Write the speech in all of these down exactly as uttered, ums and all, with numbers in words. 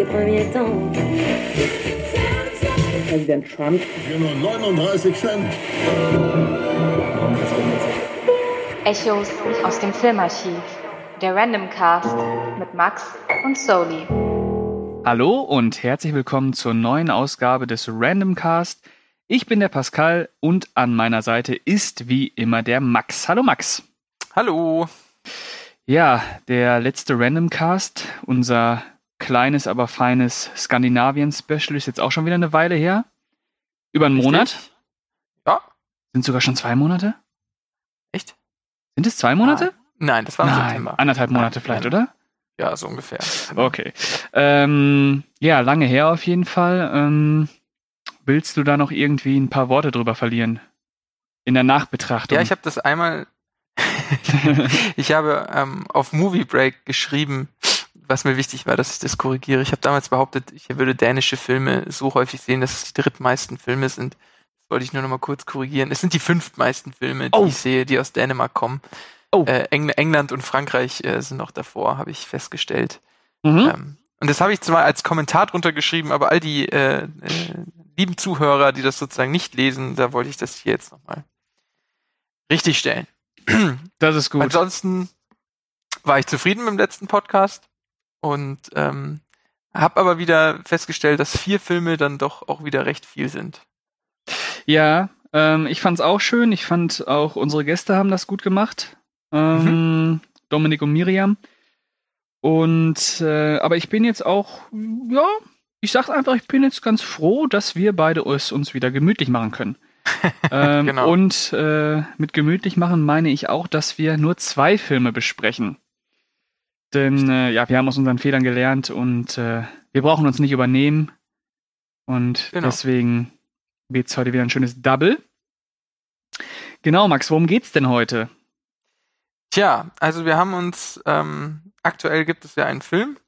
premiers temps. Präsident Trump. Für nur neununddreißig Cent. Echos aus dem Filmarchiv. Der Random Cast mit Max und Soli. Hallo und herzlich willkommen zur neuen Ausgabe des Random Cast. Ich bin der Pascal und an meiner Seite ist wie immer der Max. Hallo Max. Hallo. Ja, der letzte Random Cast, unser kleines, aber feines Skandinavien-Special ist jetzt auch schon wieder eine Weile her. Über einen Richtig? Monat. Ja. Sind sogar schon zwei Monate? Echt? Sind es zwei Monate? Nein, das war im Nein, September. anderthalb Monate Nein, vielleicht, nein. oder? Ja, so ungefähr. Okay. Ähm, ja, lange her auf jeden Fall. Ähm, willst du da noch irgendwie ein paar Worte drüber verlieren? In der Nachbetrachtung. Ja, ich habe das einmal ich habe ähm, auf Movie Break geschrieben, was mir wichtig war, dass ich das korrigiere. Ich habe damals behauptet, ich würde dänische Filme so häufig sehen, dass es die drittmeisten Filme sind. Das wollte ich nur noch mal kurz korrigieren. Es sind die fünftmeisten Filme, die Oh. ich sehe, die aus Dänemark kommen. Oh. Äh, Eng- England und Frankreich äh, sind noch davor, habe ich festgestellt. Mhm. Ähm, und das habe ich zwar als Kommentar drunter geschrieben, aber all die äh, äh, lieben Zuhörer, die das sozusagen nicht lesen, da wollte ich das hier jetzt nochmal richtig stellen. Das ist gut. Ansonsten war ich zufrieden mit dem letzten Podcast und ähm, habe aber wieder festgestellt, dass vier Filme dann doch auch wieder recht viel sind. Ja, ähm, ich fand's auch schön. Ich fand auch, unsere Gäste haben das gut gemacht. Ähm, Mhm. Dominik und Miriam. Und, äh, aber ich bin jetzt auch, ja, ich sag's einfach, ich bin jetzt ganz froh, dass wir beide es uns wieder gemütlich machen können. ähm, Genau. Und äh, mit gemütlich machen meine ich auch, dass wir nur zwei Filme besprechen. Denn, äh, ja, wir haben aus unseren Fehlern gelernt und äh, wir brauchen uns nicht übernehmen. Und Genau. deswegen wird's heute wieder ein schönes Double. Genau, Max, worum geht's denn heute? Tja, also wir haben uns, ähm, aktuell gibt es ja einen Film,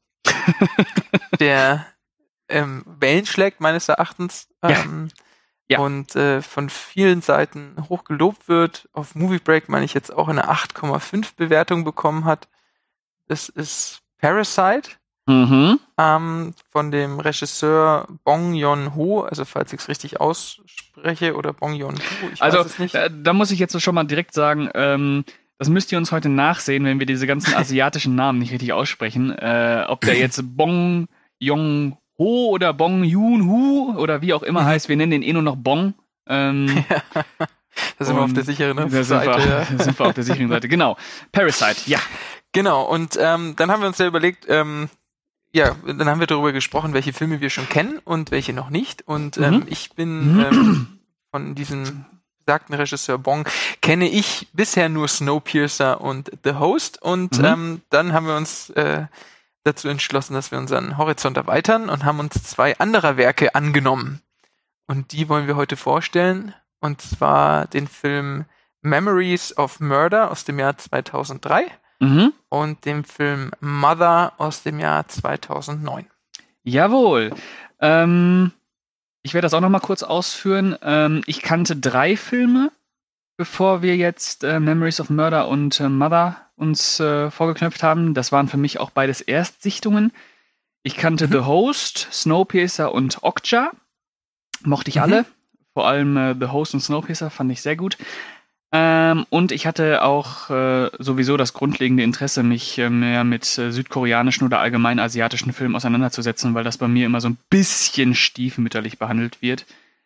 der ähm, Wellen schlägt, meines Erachtens. Ähm, Ja. Und äh, von vielen Seiten hoch gelobt wird. Auf Movie Break, meine ich, jetzt auch eine acht Komma fünf Bewertung bekommen hat. Das ist Parasite. Mhm. Ähm, von dem Regisseur Bong Joon-ho, also falls ich es richtig ausspreche, oder Bong Joon-ho, ich Also, weiß es nicht. da, da muss ich jetzt so schon mal direkt sagen, ähm, das müsst ihr uns heute nachsehen, wenn wir diese ganzen asiatischen Namen nicht richtig aussprechen. Äh, ob der jetzt Bong Joon-ho oder Bong Joon-ho oder wie auch immer heißt, wir nennen den eh nur noch Bong. Ähm, da sind wir auf und der sicheren da sind, Seite. wir, Ja. da sind wir auf der sicheren Seite. Genau. Parasite, ja. Genau, und ähm, dann haben wir uns ja überlegt, ähm, ja, dann haben wir darüber gesprochen, welche Filme wir schon kennen und welche noch nicht. Und ähm, Mhm. ich bin ähm, von diesem besagten Regisseur Bong, kenne ich bisher nur Snowpiercer und The Host. Und Mhm. ähm, dann haben wir uns äh, dazu entschlossen, dass wir unseren Horizont erweitern und haben uns zwei anderer Werke angenommen. Und die wollen wir heute vorstellen. Und zwar den Film Memories of Murder aus dem Jahr zweitausenddrei Mhm. und dem Film Mother aus dem Jahr zweitausendneun. Jawohl. Ähm, ich werde das auch noch mal kurz ausführen. Ähm, ich kannte drei Filme, bevor wir jetzt äh, Memories of Murder und äh, Mother uns äh, vorgeknöpft haben. Das waren für mich auch beides Erstsichtungen. Ich kannte Mhm. The Host, Snowpiercer und Okja. Mochte ich Mhm. alle. Vor allem äh, The Host und Snowpiercer fand ich sehr gut. Ähm, und ich hatte auch äh, sowieso das grundlegende Interesse, mich äh, mehr mit äh, südkoreanischen oder allgemein asiatischen Filmen auseinanderzusetzen, weil das bei mir immer so ein bisschen stiefmütterlich behandelt wird.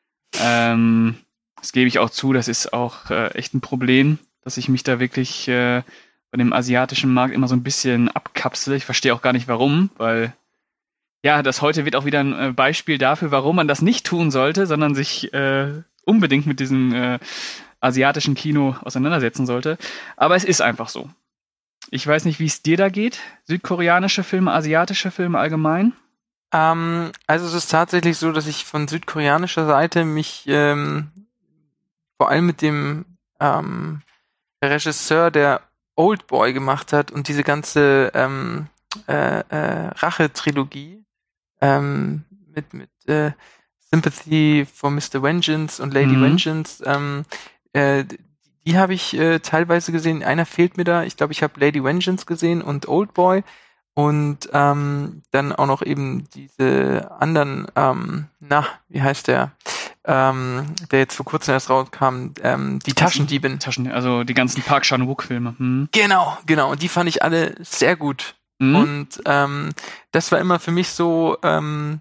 Ähm, das gebe ich auch zu, das ist auch äh, echt ein Problem, dass ich mich da wirklich äh, bei dem asiatischen Markt immer so ein bisschen abkapsel. Ich verstehe auch gar nicht warum, weil ja, das heute wird auch wieder ein äh, Beispiel dafür, warum man das nicht tun sollte, sondern sich äh, unbedingt mit diesem äh, asiatischen Kino auseinandersetzen sollte. Aber es ist einfach so. Ich weiß nicht, wie es dir da geht. Südkoreanische Filme, asiatische Filme allgemein? Ähm, also es ist tatsächlich so, dass ich von südkoreanischer Seite mich ähm, vor allem mit dem ähm, Regisseur, der Oldboy gemacht hat und diese ganze ähm, äh, äh, Rache-Trilogie ähm, mit, mit äh, Sympathy for Mister Vengeance und Lady Mhm. Vengeance, ähm, äh, die habe ich äh, teilweise gesehen. Einer fehlt mir da. Ich glaube, ich habe Lady Vengeance gesehen und Oldboy. Und ähm, dann auch noch eben diese anderen, ähm, na, wie heißt der, ähm, der jetzt vor kurzem erst rauskam, ähm, die Taschendiebin. Taschen, also die ganzen Park Chan-wook-Filme. Hm. Genau, genau. Und die fand ich alle sehr gut. Mhm. Und ähm, das war immer für mich so, ähm,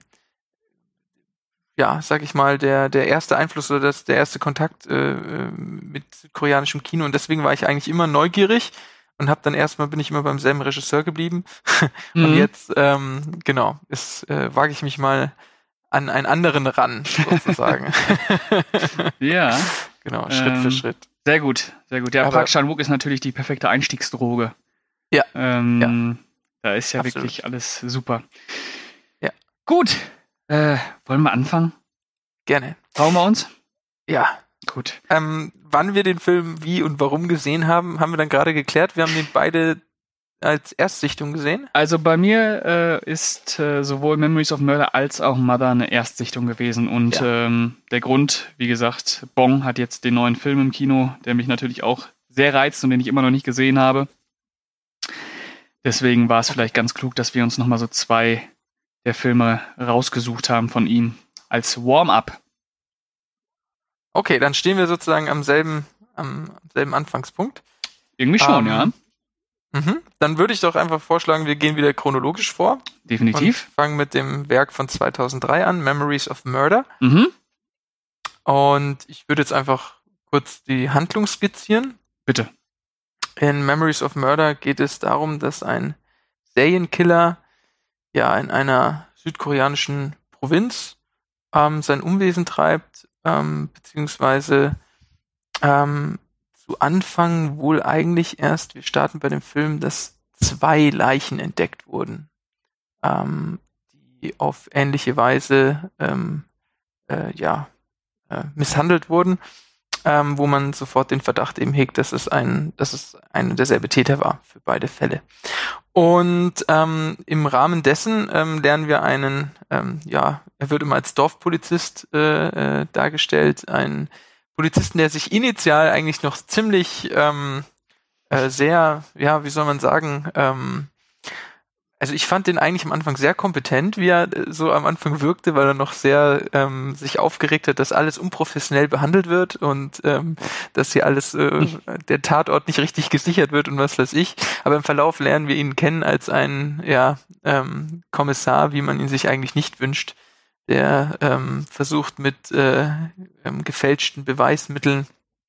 ja, sag ich mal, der der erste Einfluss oder das, der erste Kontakt äh, mit südkoreanischem Kino. Und deswegen war ich eigentlich immer neugierig und habe dann erstmal, bin ich immer beim selben Regisseur geblieben. Und Mhm. jetzt, ähm, genau, ist, äh, wage ich mich mal an einen anderen ran, sozusagen. Ja. Genau, Schritt Ähm, für Schritt. Sehr gut, sehr gut. Ja, Aber- Park Chan-wook ist natürlich die perfekte Einstiegsdroge. Ja, Ähm, Da ist ja Absolut. wirklich alles super. Ja. Gut. Äh, wollen wir anfangen? Gerne. Trauen wir uns? Ja. Gut. Ähm, wann wir den Film wie und warum gesehen haben, haben wir dann gerade geklärt. Wir haben den beide als Erstsichtung gesehen. Also bei mir äh, ist äh, sowohl Memories of Murder als auch Mother eine Erstsichtung gewesen. Und Ja. ähm, der Grund, wie gesagt, Bong hat jetzt den neuen Film im Kino, der mich natürlich auch sehr reizt und den ich immer noch nicht gesehen habe. Deswegen war es vielleicht ganz klug, dass wir uns nochmal so zwei der Filme rausgesucht haben von ihm als Warm-up. Okay, dann stehen wir sozusagen am selben, am selben Anfangspunkt. Irgendwie schon, Ähm, ja. Mhm. Dann würde ich doch einfach vorschlagen, wir gehen wieder chronologisch vor Definitiv. und fangen mit dem Werk von zweitausenddrei an, Memories of Murder. Mhm. Und ich würde jetzt einfach kurz die Handlung skizzieren. Bitte. In Memories of Murder geht es darum, dass ein Serienkiller ja in einer südkoreanischen Provinz ähm, sein Unwesen treibt, ähm, beziehungsweise ähm, zu Anfang wohl eigentlich erst, wir starten bei dem Film, dass zwei Leichen entdeckt wurden, ähm, die auf ähnliche Weise ähm, äh, ja, äh, misshandelt wurden, ähm, wo man sofort den Verdacht eben hegt, dass es ein, dass es ein und derselbe Täter war für beide Fälle. Und ähm, im Rahmen dessen ähm, lernen wir einen, ähm, ja, er wird immer als Dorfpolizist äh, äh, dargestellt, einen Polizisten, der sich initial eigentlich noch ziemlich ähm, äh, sehr, ja, wie soll man sagen, ähm, also ich fand den eigentlich am Anfang sehr kompetent, wie er äh, so am Anfang wirkte, weil er noch sehr ähm, sich aufgeregt hat, dass alles unprofessionell behandelt wird und ähm, dass hier alles, äh, der Tatort nicht richtig gesichert wird und was weiß ich. Aber im Verlauf lernen wir ihn kennen als einen, ja, ähm, Kommissar, wie man ihn sich eigentlich nicht wünscht, der ähm, versucht mit äh, ähm, gefälschten Beweismitteln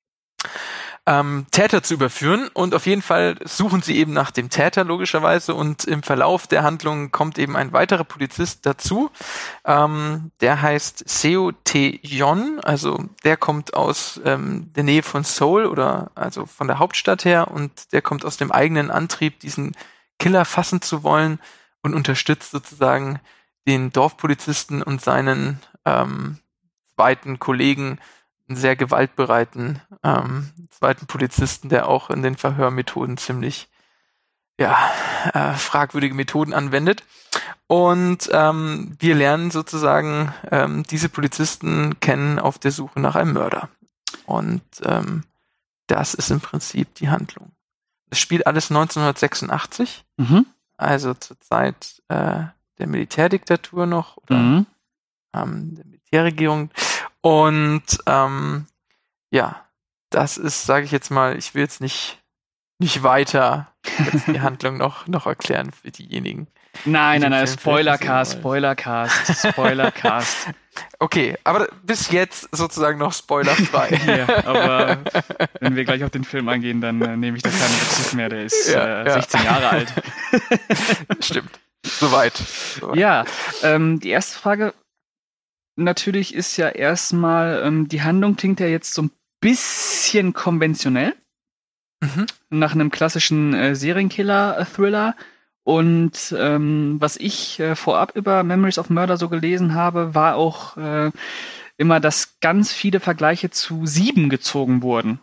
ähm, Täter zu überführen, und auf jeden Fall suchen sie eben nach dem Täter logischerweise, und im Verlauf der Handlung kommt eben ein weiterer Polizist dazu, ähm, der heißt Seo Tae-yeon, also der kommt aus ähm, der Nähe von Seoul, oder also von der Hauptstadt her, und der kommt aus dem eigenen Antrieb, diesen Killer fassen zu wollen, und unterstützt sozusagen den Dorfpolizisten und seinen ähm, zweiten Kollegen, einen sehr gewaltbereiten ähm, zweiten Polizisten, der auch in den Verhörmethoden ziemlich ja, äh, fragwürdige Methoden anwendet. Und ähm, wir lernen sozusagen ähm, diese Polizisten kennen auf der Suche nach einem Mörder. Und ähm, das ist im Prinzip die Handlung. Das spielt alles neunzehnhundertsechsundachtzig, Mhm. also zur Zeit äh, der Militärdiktatur noch, oder Mhm. ähm, der Militärregierung. Und ähm, ja, das ist, sage ich jetzt mal, ich will jetzt nicht nicht weiter jetzt die Handlung noch noch erklären für diejenigen. Nein, Die nein, nein, den Film Spoilercast, vielleicht nicht Spoilercast, Spoilercast. Okay, aber bis jetzt sozusagen noch spoilerfrei. Hier, aber wenn wir gleich auf den Film eingehen, dann äh, nehme ich da keine Rücksicht mehr. Der ist Ja, äh, ja. sechzehn Jahre alt. Stimmt. Soweit. Soweit. Ja, ähm, die erste Frage natürlich ist ja erstmal, ähm, die Handlung klingt ja jetzt so ein bisschen konventionell, Mhm. nach einem klassischen äh, Serienkiller-Thriller. Und ähm, was ich äh, vorab über Memories of Murder so gelesen habe, war auch äh, immer, dass ganz viele Vergleiche zu Sieben gezogen wurden.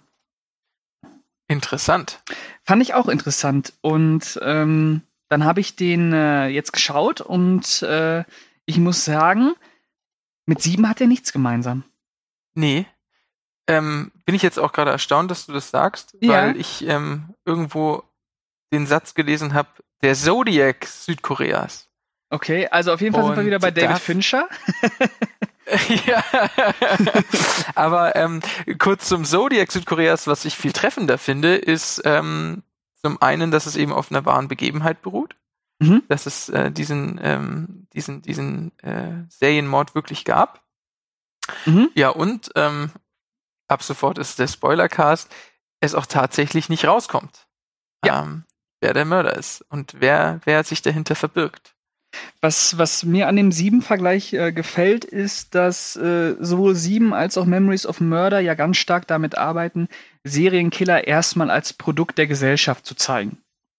Interessant. Fand ich auch interessant. Und ähm, dann habe ich den äh, jetzt geschaut und äh, ich muss sagen, mit Sieben hat er nichts gemeinsam. Nee. Ähm, bin ich jetzt auch gerade erstaunt, dass du das sagst, Ja. weil ich ähm, irgendwo den Satz gelesen habe, der Zodiac Südkoreas. Okay, also auf jeden Fall sind wir Und wieder bei David darf- Fincher. Ja, aber ähm, kurz zum Zodiac Südkoreas, was ich viel treffender finde, ist ähm, zum einen, dass es eben auf einer wahren Begebenheit beruht, Mhm. dass es äh, diesen ähm, diesen diesen äh, Serienmord wirklich gab. Mhm. Ja, und ähm, ab sofort ist der Spoilercast, es auch tatsächlich nicht rauskommt, Ja. ähm, wer der Mörder ist und wer wer sich dahinter verbirgt. Was, was mir an dem Sieben-Vergleich äh, gefällt, ist, dass äh, sowohl Sieben als auch Memories of Murder ja ganz stark damit arbeiten, Serienkiller erstmal als Produkt der Gesellschaft zu zeigen.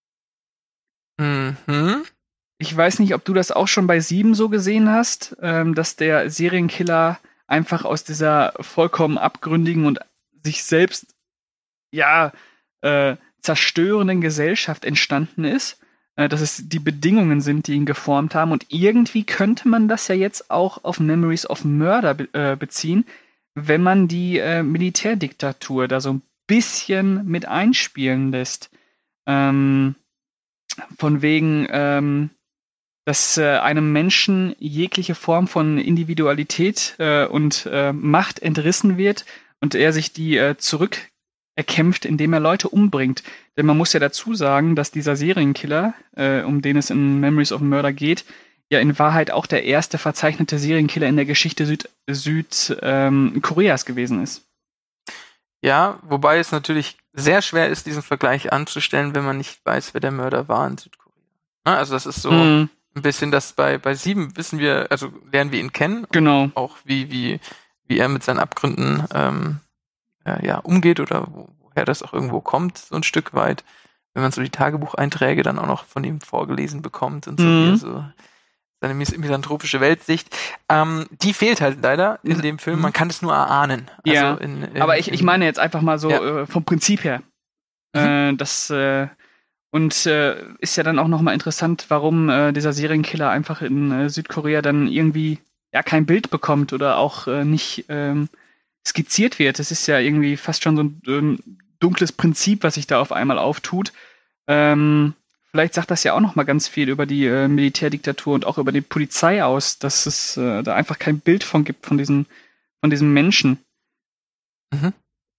Mhm. Ich weiß nicht, ob du das auch schon bei Sieben so gesehen hast, ähm, dass der Serienkiller einfach aus dieser vollkommen abgründigen und sich selbst ja äh, zerstörenden Gesellschaft entstanden ist, äh, dass es die Bedingungen sind, die ihn geformt haben. Und irgendwie könnte man das ja jetzt auch auf Memories of Murder be äh, beziehen, wenn man die äh, Militärdiktatur da so ein bisschen mit einspielen lässt. Ähm, von wegen, ähm, dass äh, einem Menschen jegliche Form von Individualität äh, und äh, Macht entrissen wird und er sich die äh, zurückerkämpft, indem er Leute umbringt. Denn man muss ja dazu sagen, dass dieser Serienkiller, äh, um den es in Memories of Murder geht, ja in Wahrheit auch der erste verzeichnete Serienkiller in der Geschichte Süd, Süd ähm, Koreas gewesen ist. Ja, wobei es natürlich sehr schwer ist, diesen Vergleich anzustellen, wenn man nicht weiß, wer der Mörder war in Südkorea. Na, also das ist so Mhm, ein bisschen das bei bei Sieben wissen wir, also lernen wir ihn kennen, genau. auch wie wie wie er mit seinen Abgründen ähm, äh, ja umgeht oder wo, woher das auch irgendwo kommt, so ein Stück weit, wenn man so die Tagebucheinträge dann auch noch von ihm vorgelesen bekommt und so, Mhm. wie er so seine mis misanthropische Weltsicht, ähm, die fehlt halt leider in dem Film. Man kann es nur erahnen. Also Ja, in, in, Aber ich, ich in- meine jetzt einfach mal so Ja. äh, vom Prinzip her. Mhm. Äh, das äh, und äh, ist ja dann auch nochmal interessant, warum äh, dieser Serienkiller einfach in äh, Südkorea dann irgendwie ja kein Bild bekommt oder auch äh, nicht ähm, skizziert wird. Das ist ja irgendwie fast schon so ein ähm, dunkles Prinzip, was sich da auf einmal auftut. Ähm, vielleicht sagt das ja auch nochmal ganz viel über die äh, Militärdiktatur und auch über die Polizei aus, dass es äh, da einfach kein Bild von gibt von diesen von diesem Menschen. Mhm.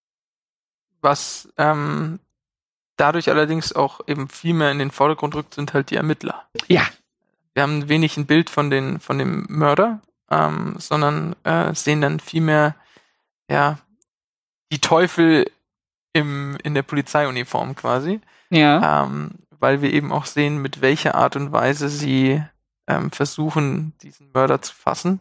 Was ähm, dadurch allerdings auch eben viel mehr in den Vordergrund rückt, sind halt die Ermittler. Ja. Wir haben wenig ein Bild von den von dem Mörder, ähm, sondern äh, sehen dann viel mehr ja die Teufel im in der Polizeiuniform quasi, Ja. ähm, weil wir eben auch sehen, mit welcher Art und Weise sie ähm, versuchen, diesen Mörder zu fassen.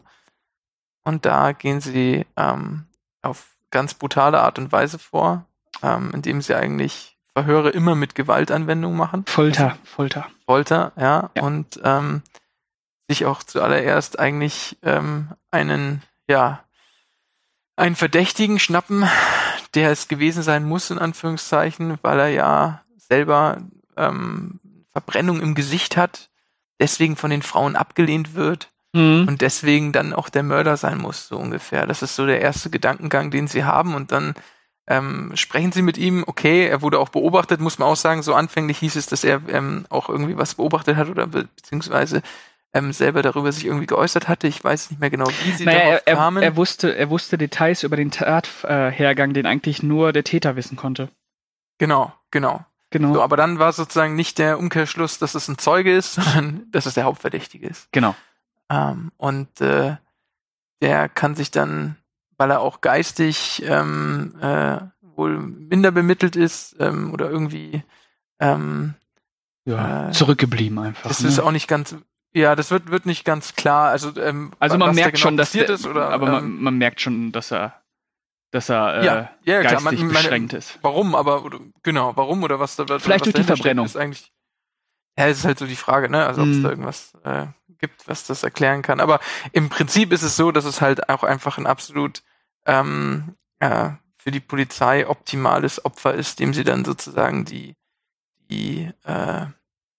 Und da gehen sie ähm, auf ganz brutale Art und Weise vor, ähm, indem sie eigentlich Verhöre immer mit Gewaltanwendung machen. Folter, Folter. Folter, ja, Ja. und ähm, sich auch zuallererst eigentlich ähm, einen, ja, einen Verdächtigen schnappen, der es gewesen sein muss, in Anführungszeichen, weil er ja selber ähm, Verbrennung im Gesicht hat, deswegen von den Frauen abgelehnt wird Mhm. und deswegen dann auch der Mörder sein muss, so ungefähr. Das ist so der erste Gedankengang, den sie haben, und dann ähm, sprechen sie mit ihm. Okay, er wurde auch beobachtet, muss man auch sagen. So anfänglich hieß es, dass er ähm, auch irgendwie was beobachtet hat oder be beziehungsweise ähm, selber darüber sich irgendwie geäußert hatte. Ich weiß nicht mehr genau, wie sie Naja, darauf er, er, kamen. er, wusste, er wusste Details über den Tathergang, den eigentlich nur der Täter wissen konnte. Genau, genau. Genau. So, aber dann war sozusagen nicht der Umkehrschluss, dass es ein Zeuge ist, sondern dass es der Hauptverdächtige ist. Genau. Ähm, und äh, der kann sich dann, weil er auch geistig ähm, äh, wohl minder bemittelt ist ähm, oder irgendwie ähm, Ja, äh, zurückgeblieben einfach. das ne? ist auch nicht ganz, ja, das wird wird nicht ganz klar. Also ähm, Also wa- man was da merkt genau schon, dass passiert der, ist, oder aber ähm, man, man merkt schon, dass er, dass er äh, ja, ja, klar, geistig man- meine- beschränkt ist. warum, aber oder, genau, warum oder was da was Vielleicht durch die dahinter steckt, Verbrennung. ist eigentlich, ja, es ist halt so die Frage, ne? Also ob es Mhm. da irgendwas äh, gibt, was das erklären kann. Aber im Prinzip ist es so, dass es halt auch einfach ein absolut ähm, äh, für die Polizei optimales Opfer ist, dem sie dann sozusagen die die äh,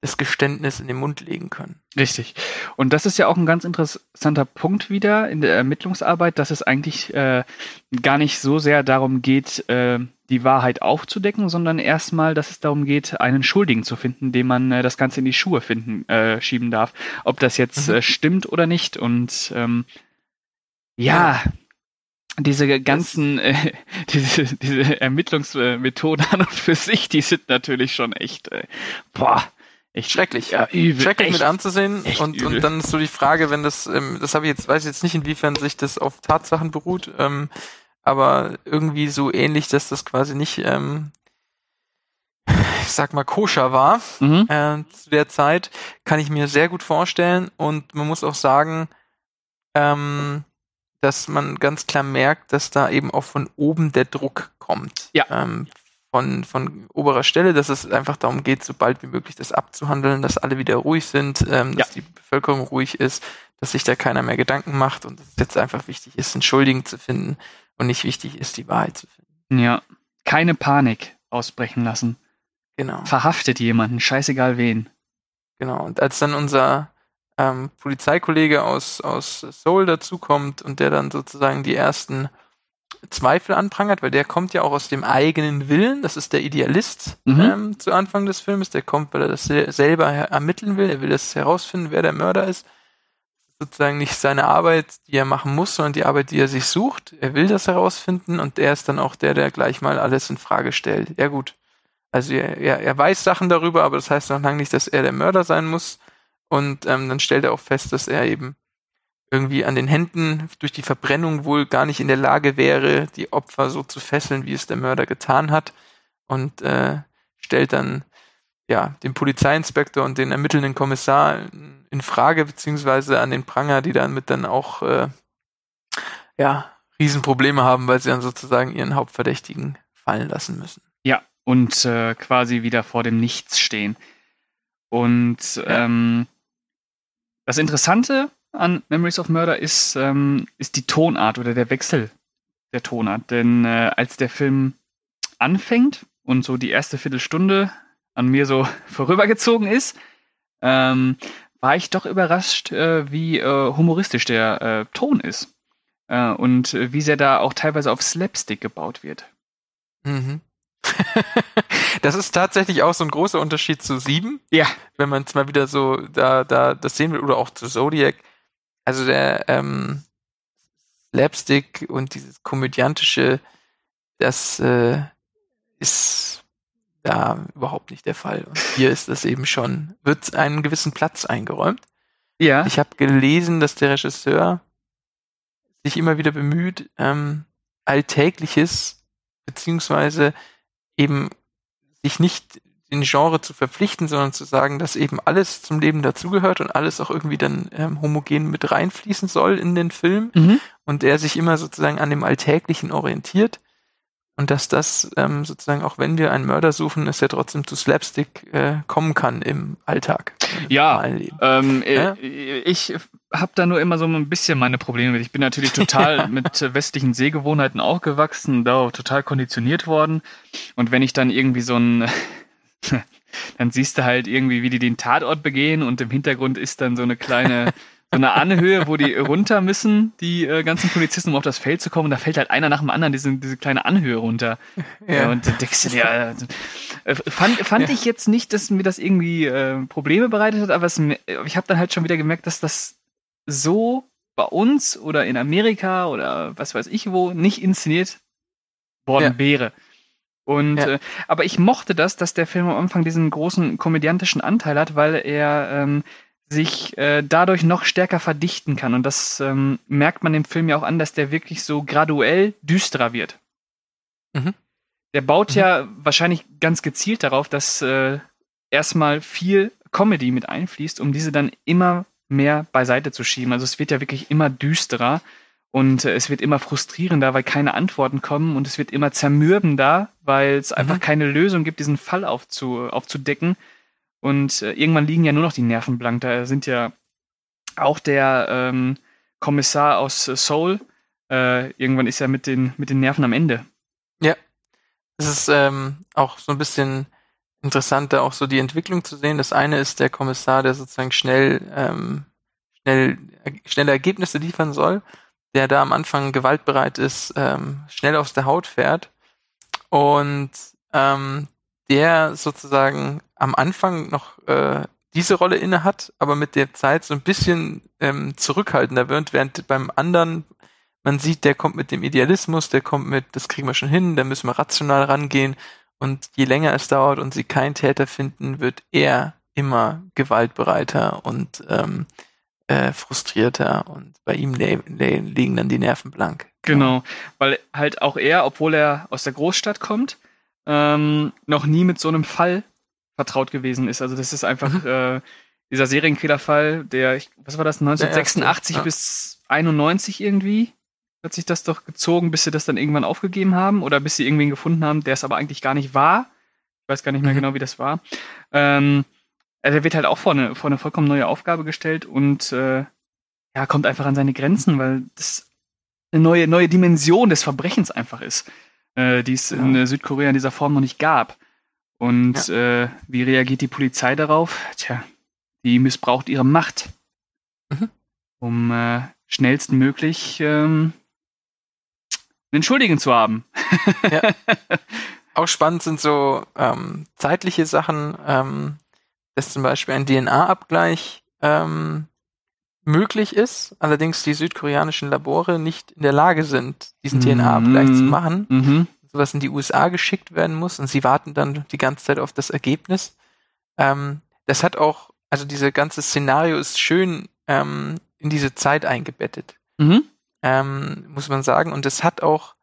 das Geständnis in den Mund legen können. Richtig. Und das ist ja auch ein ganz interessanter Punkt wieder in der Ermittlungsarbeit, dass es eigentlich äh, gar nicht so sehr darum geht, äh, die Wahrheit aufzudecken, sondern erstmal, dass es darum geht, einen Schuldigen zu finden, dem man äh, das Ganze in die Schuhe finden, äh, schieben darf. Ob das jetzt mhm. äh, stimmt oder nicht. Und ähm, ja, ja, diese ganzen, äh, diese, diese Ermittlungsmethoden an und für sich, die sind natürlich schon echt, äh, boah, echt schrecklich. Ja, übel. Schrecklich echt, mit anzusehen. Und, übel. und dann ist so die Frage, wenn das, ähm, das habe ich jetzt, weiß ich jetzt nicht, inwiefern sich das auf Tatsachen beruht, ähm, aber irgendwie so ähnlich, dass das quasi nicht, ähm, ich sag mal, koscher war Mhm. äh, zu der Zeit, kann ich mir sehr gut vorstellen. Und man muss auch sagen, ähm, dass man ganz klar merkt, dass da eben auch von oben der Druck kommt. Ja. Ähm, von, von oberer Stelle, dass es einfach darum geht, so bald wie möglich das abzuhandeln, dass alle wieder ruhig sind, ähm, dass Ja. die Bevölkerung ruhig ist, dass sich da keiner mehr Gedanken macht und dass es jetzt einfach wichtig ist, einen Schuldigen zu finden und nicht wichtig ist, die Wahrheit zu finden. Ja. Keine Panik ausbrechen lassen. Genau. Verhaftet jemanden, scheißegal wen. Genau. Und als dann unser ähm, Polizeikollege aus, aus Seoul dazukommt und der dann sozusagen die ersten Zweifel anprangert, weil der kommt ja auch aus dem eigenen Willen, das ist der Idealist Mhm. ähm, zu Anfang des Films, der kommt, weil er das sel- selber her- ermitteln will, er will das herausfinden, wer der Mörder ist. Sozusagen nicht seine Arbeit, die er machen muss, sondern die Arbeit, die er sich sucht. Er will das herausfinden und er ist dann auch der, der gleich mal alles in Frage stellt. Ja gut, also er, er, er weiß Sachen darüber, aber das heißt noch lange nicht, dass er der Mörder sein muss. Und ähm, dann stellt er auch fest, dass er eben irgendwie an den Händen durch die Verbrennung wohl gar nicht in der Lage wäre, die Opfer so zu fesseln, wie es der Mörder getan hat. Und äh, stellt dann ja den Polizeiinspektor und den ermittelnden Kommissar in Frage, beziehungsweise an den Pranger, die damit dann auch äh, ja Riesenprobleme haben, weil sie dann sozusagen ihren Hauptverdächtigen fallen lassen müssen. Ja, und äh, quasi wieder vor dem Nichts stehen. Und Ja. ähm, das Interessante an Memories of Murder ist, ähm, ist die Tonart oder der Wechsel der Tonart. Denn äh, als der Film anfängt und so die erste Viertelstunde an mir so vorübergezogen ist, ähm, war ich doch überrascht, äh, wie äh, humoristisch der äh, Ton ist. Äh, und äh, wie sehr da auch teilweise auf Slapstick gebaut wird. Mhm. Das ist tatsächlich auch so ein großer Unterschied zu Sieben. Ja. Wenn man es mal wieder so da, da das sehen will, oder auch zu Zodiac. Also der ähm, Slapstick und dieses Komödiantische, das äh, ist da überhaupt nicht der Fall. Und hier ist das eben schon, wird einen gewissen Platz eingeräumt. Ja. Ich habe gelesen, dass der Regisseur sich immer wieder bemüht, ähm, Alltägliches beziehungsweise eben sich nicht den Genre zu verpflichten, sondern zu sagen, dass eben alles zum Leben dazugehört und alles auch irgendwie dann ähm, homogen mit reinfließen soll in den Film Mhm. und er sich immer sozusagen an dem Alltäglichen orientiert und dass das ähm, sozusagen, auch wenn wir einen Mörder suchen, es ja trotzdem zu Slapstick äh, kommen kann im Alltag. Im Ja, normalen Leben. ähm, Ja? äh, ich habe da nur immer so ein bisschen meine Probleme mit. Ich bin natürlich total mit äh, westlichen Sehgewohnheiten aufgewachsen, da auch total konditioniert worden. Und wenn ich dann irgendwie so ein, dann siehst du halt irgendwie, wie die den Tatort begehen und im Hintergrund ist dann so eine kleine, so eine Anhöhe, wo die runter müssen, die äh, ganzen Polizisten, um auf das Feld zu kommen. Und da fällt halt einer nach dem anderen diese, diese kleine Anhöhe runter. Ja. Ja, und dann denkst du dir, ja, äh, fand, fand Ja. ich jetzt nicht, dass mir das irgendwie äh, Probleme bereitet hat, aber es, ich habe dann halt schon wieder gemerkt, dass das so bei uns oder in Amerika oder was weiß ich wo nicht inszeniert worden Ja. wäre. Und Ja. äh, aber ich mochte das, dass der Film am Anfang diesen großen komödiantischen Anteil hat, weil er ähm, sich äh, dadurch noch stärker verdichten kann. Und das ähm, merkt man dem Film ja auch an, dass der wirklich so graduell düsterer wird. Mhm. Der baut Mhm. ja wahrscheinlich ganz gezielt darauf, dass äh, erstmal viel Comedy mit einfließt, um diese dann immer mehr beiseite zu schieben. Also es wird ja wirklich immer düsterer und äh, es wird immer frustrierender, weil keine Antworten kommen und es wird immer zermürbender, weil es einfach Mhm. keine Lösung gibt, diesen Fall aufzu, aufzudecken. Und äh, irgendwann liegen ja nur noch die Nerven blank. Da sind ja auch der ähm, Kommissar aus äh, Seoul, äh, irgendwann ist er mit den, mit den Nerven am Ende. Es ist ähm, auch so ein bisschen interessant, da auch so die Entwicklung zu sehen. Das eine ist der Kommissar, der sozusagen schnell, ähm, schnell, schnelle Ergebnisse liefern soll, der da am Anfang gewaltbereit ist, ähm, schnell aus der Haut fährt und ähm, der sozusagen am Anfang noch äh, diese Rolle inne hat, aber mit der Zeit so ein bisschen ähm, zurückhaltender wird, während beim anderen man sieht, der kommt mit dem Idealismus, der kommt mit, das kriegen wir schon hin, da müssen wir rational rangehen und je länger es dauert und sie keinen Täter finden, wird er immer gewaltbereiter und ähm, äh, frustrierter und bei ihm le- le- liegen dann die Nerven blank. Genau, weil halt auch er, obwohl er aus der Großstadt kommt, ähm, noch nie mit so einem Fall vertraut gewesen ist. Also das ist einfach mhm. äh, dieser Serienkillerfall, der, ich, was war das, neunzehnhundertsechsundachtzig ja. bis einundneunzig irgendwie? Hat sich das doch gezogen, bis sie das dann irgendwann aufgegeben haben oder bis sie irgendwen gefunden haben, der es aber eigentlich gar nicht war. Ich weiß gar nicht mehr mhm. genau, wie das war. Ähm, also er wird halt auch vor eine, vor eine vollkommen neue Aufgabe gestellt und äh, ja, kommt einfach an seine Grenzen, weil das eine neue, neue Dimension des Verbrechens einfach ist, äh, die es ja. in Südkorea in dieser Form noch nicht gab. Und ja. äh, wie reagiert die Polizei darauf? Tja, die missbraucht ihre Macht, mhm. um äh, schnellstmöglich ähm, einen Schuldigen zu haben. Ja. Auch spannend sind so ähm, zeitliche Sachen, ähm, dass zum Beispiel ein D N A-Abgleich ähm, möglich ist, allerdings die südkoreanischen Labore nicht in der Lage sind, diesen mhm. D N A-Abgleich zu machen, mhm. sowas in die U S A geschickt werden muss und sie warten dann die ganze Zeit auf das Ergebnis. Ähm, das hat auch, also dieses ganze Szenario ist schön ähm, in diese Zeit eingebettet. Mhm. Ähm, muss man sagen. Und es hat auch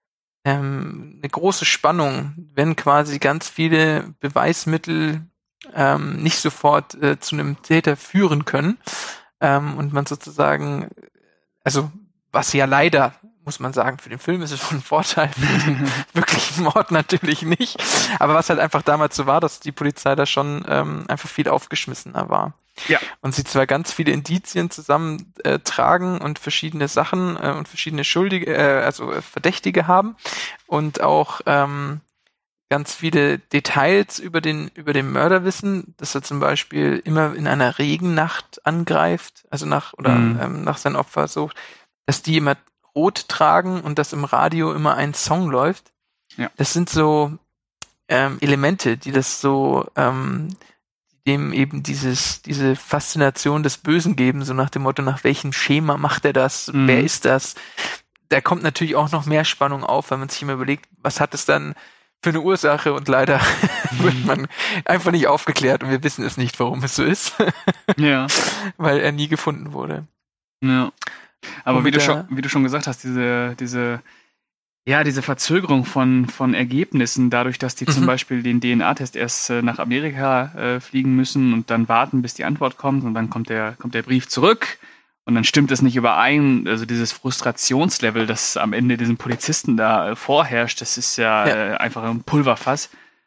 ähm, eine große Spannung, wenn quasi ganz viele Beweismittel ähm, nicht sofort äh, zu einem Täter führen können ähm, und man sozusagen, also was ja leider, muss man sagen, für den Film ist es von Vorteil, für den wirklichen Mord natürlich nicht, aber was halt einfach damals so war, dass die Polizei da schon ähm, einfach viel aufgeschmissener war. Ja. Und sie zwar ganz viele Indizien zusammen äh, tragen und verschiedene Sachen äh, und verschiedene Schuldige, äh, also äh, Verdächtige haben und auch ähm, ganz viele Details über den über den Mörder wissen, dass er zum Beispiel immer in einer Regennacht angreift, also nach oder mhm. ähm, nach seinem Opfer sucht, dass die immer rot tragen und dass im Radio immer ein Song läuft. Ja. Das sind so ähm, Elemente, die das so ähm, dem eben dieses, diese Faszination des Bösen geben, so nach dem Motto, nach welchem Schema macht er das, mhm. wer ist das? Da kommt natürlich auch noch mehr Spannung auf, wenn man sich immer überlegt, was hat es dann für eine Ursache und leider mhm. wird man einfach nicht aufgeklärt und wir wissen es nicht, warum es so ist. Ja. Weil er nie gefunden wurde. Ja. Aber wie du schon, wie du schon gesagt hast, diese, diese, ja, diese Verzögerung von, von Ergebnissen, dadurch, dass die mhm. zum Beispiel den D N A-Test erst äh, nach Amerika äh, fliegen müssen und dann warten, bis die Antwort kommt und dann kommt der, kommt der Brief zurück und dann stimmt es nicht überein. Also dieses Frustrationslevel, das am Ende diesen Polizisten da äh, vorherrscht, das ist ja, ja. Äh, einfach ein Pulverfass.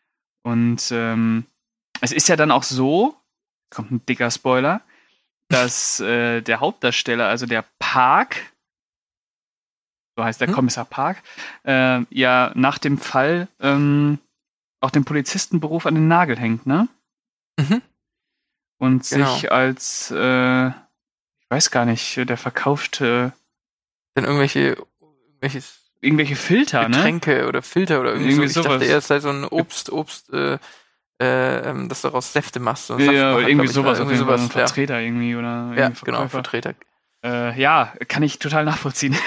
Und ähm, es ist ja dann auch so, kommt ein dicker Spoiler, dass äh, der Hauptdarsteller, also der Park, so heißt der hm? Kommissar Park, äh, ja nach dem Fall ähm, auch den Polizistenberuf an den Nagel hängt, ne? Mhm. Und genau. sich als, äh, ich weiß gar nicht, der verkauft äh, dann irgendwelche, irgendwelches irgendwelche Filter, Getränke ne? oder Filter oder irgendwie, irgendwie so. Ich sowas. dachte, er sei so ein Obst, Obst, äh, äh, dass du daraus Säfte machst. So ja, Saft ja machen, irgendwie ich, sowas, irgendwie auf jeden Fall, sowas, ein Vertreter ja. irgendwie oder ja, irgendwie genau, Vertreter. Äh, ja, kann ich total nachvollziehen.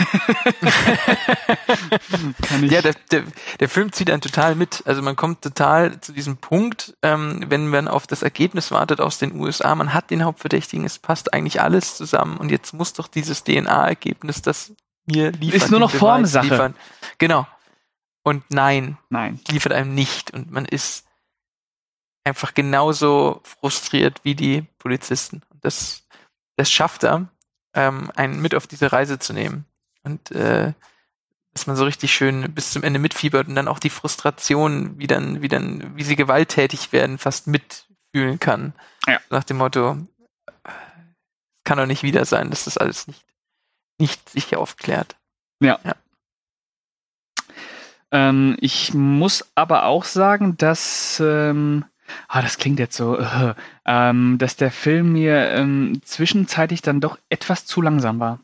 kann ich. Ja, der, der, der Film zieht einen total mit. Also man kommt total zu diesem Punkt, ähm, wenn man auf das Ergebnis wartet aus den U S A, man hat den Hauptverdächtigen, es passt eigentlich alles zusammen und jetzt muss doch dieses D N A-Ergebnis, das mir liefert, ist nur noch Formsache. Liefern. Genau. Und nein, nein, liefert einem nicht und man ist einfach genauso frustriert wie die Polizisten. Und das, das schafft er, ähm, einen mit auf diese Reise zu nehmen. Und äh, dass man so richtig schön bis zum Ende mitfiebert und dann auch die Frustration, wie dann, wie dann, wie sie gewalttätig werden, fast mitfühlen kann. Ja. Nach dem Motto, es kann doch nicht wieder sein, dass das alles nicht, nicht sich aufklärt. Ja. ja. Ähm, ich muss aber auch sagen, dass ähm, ah, das klingt jetzt so, äh, ähm, dass der Film mir ähm, zwischenzeitlich dann doch etwas zu langsam war.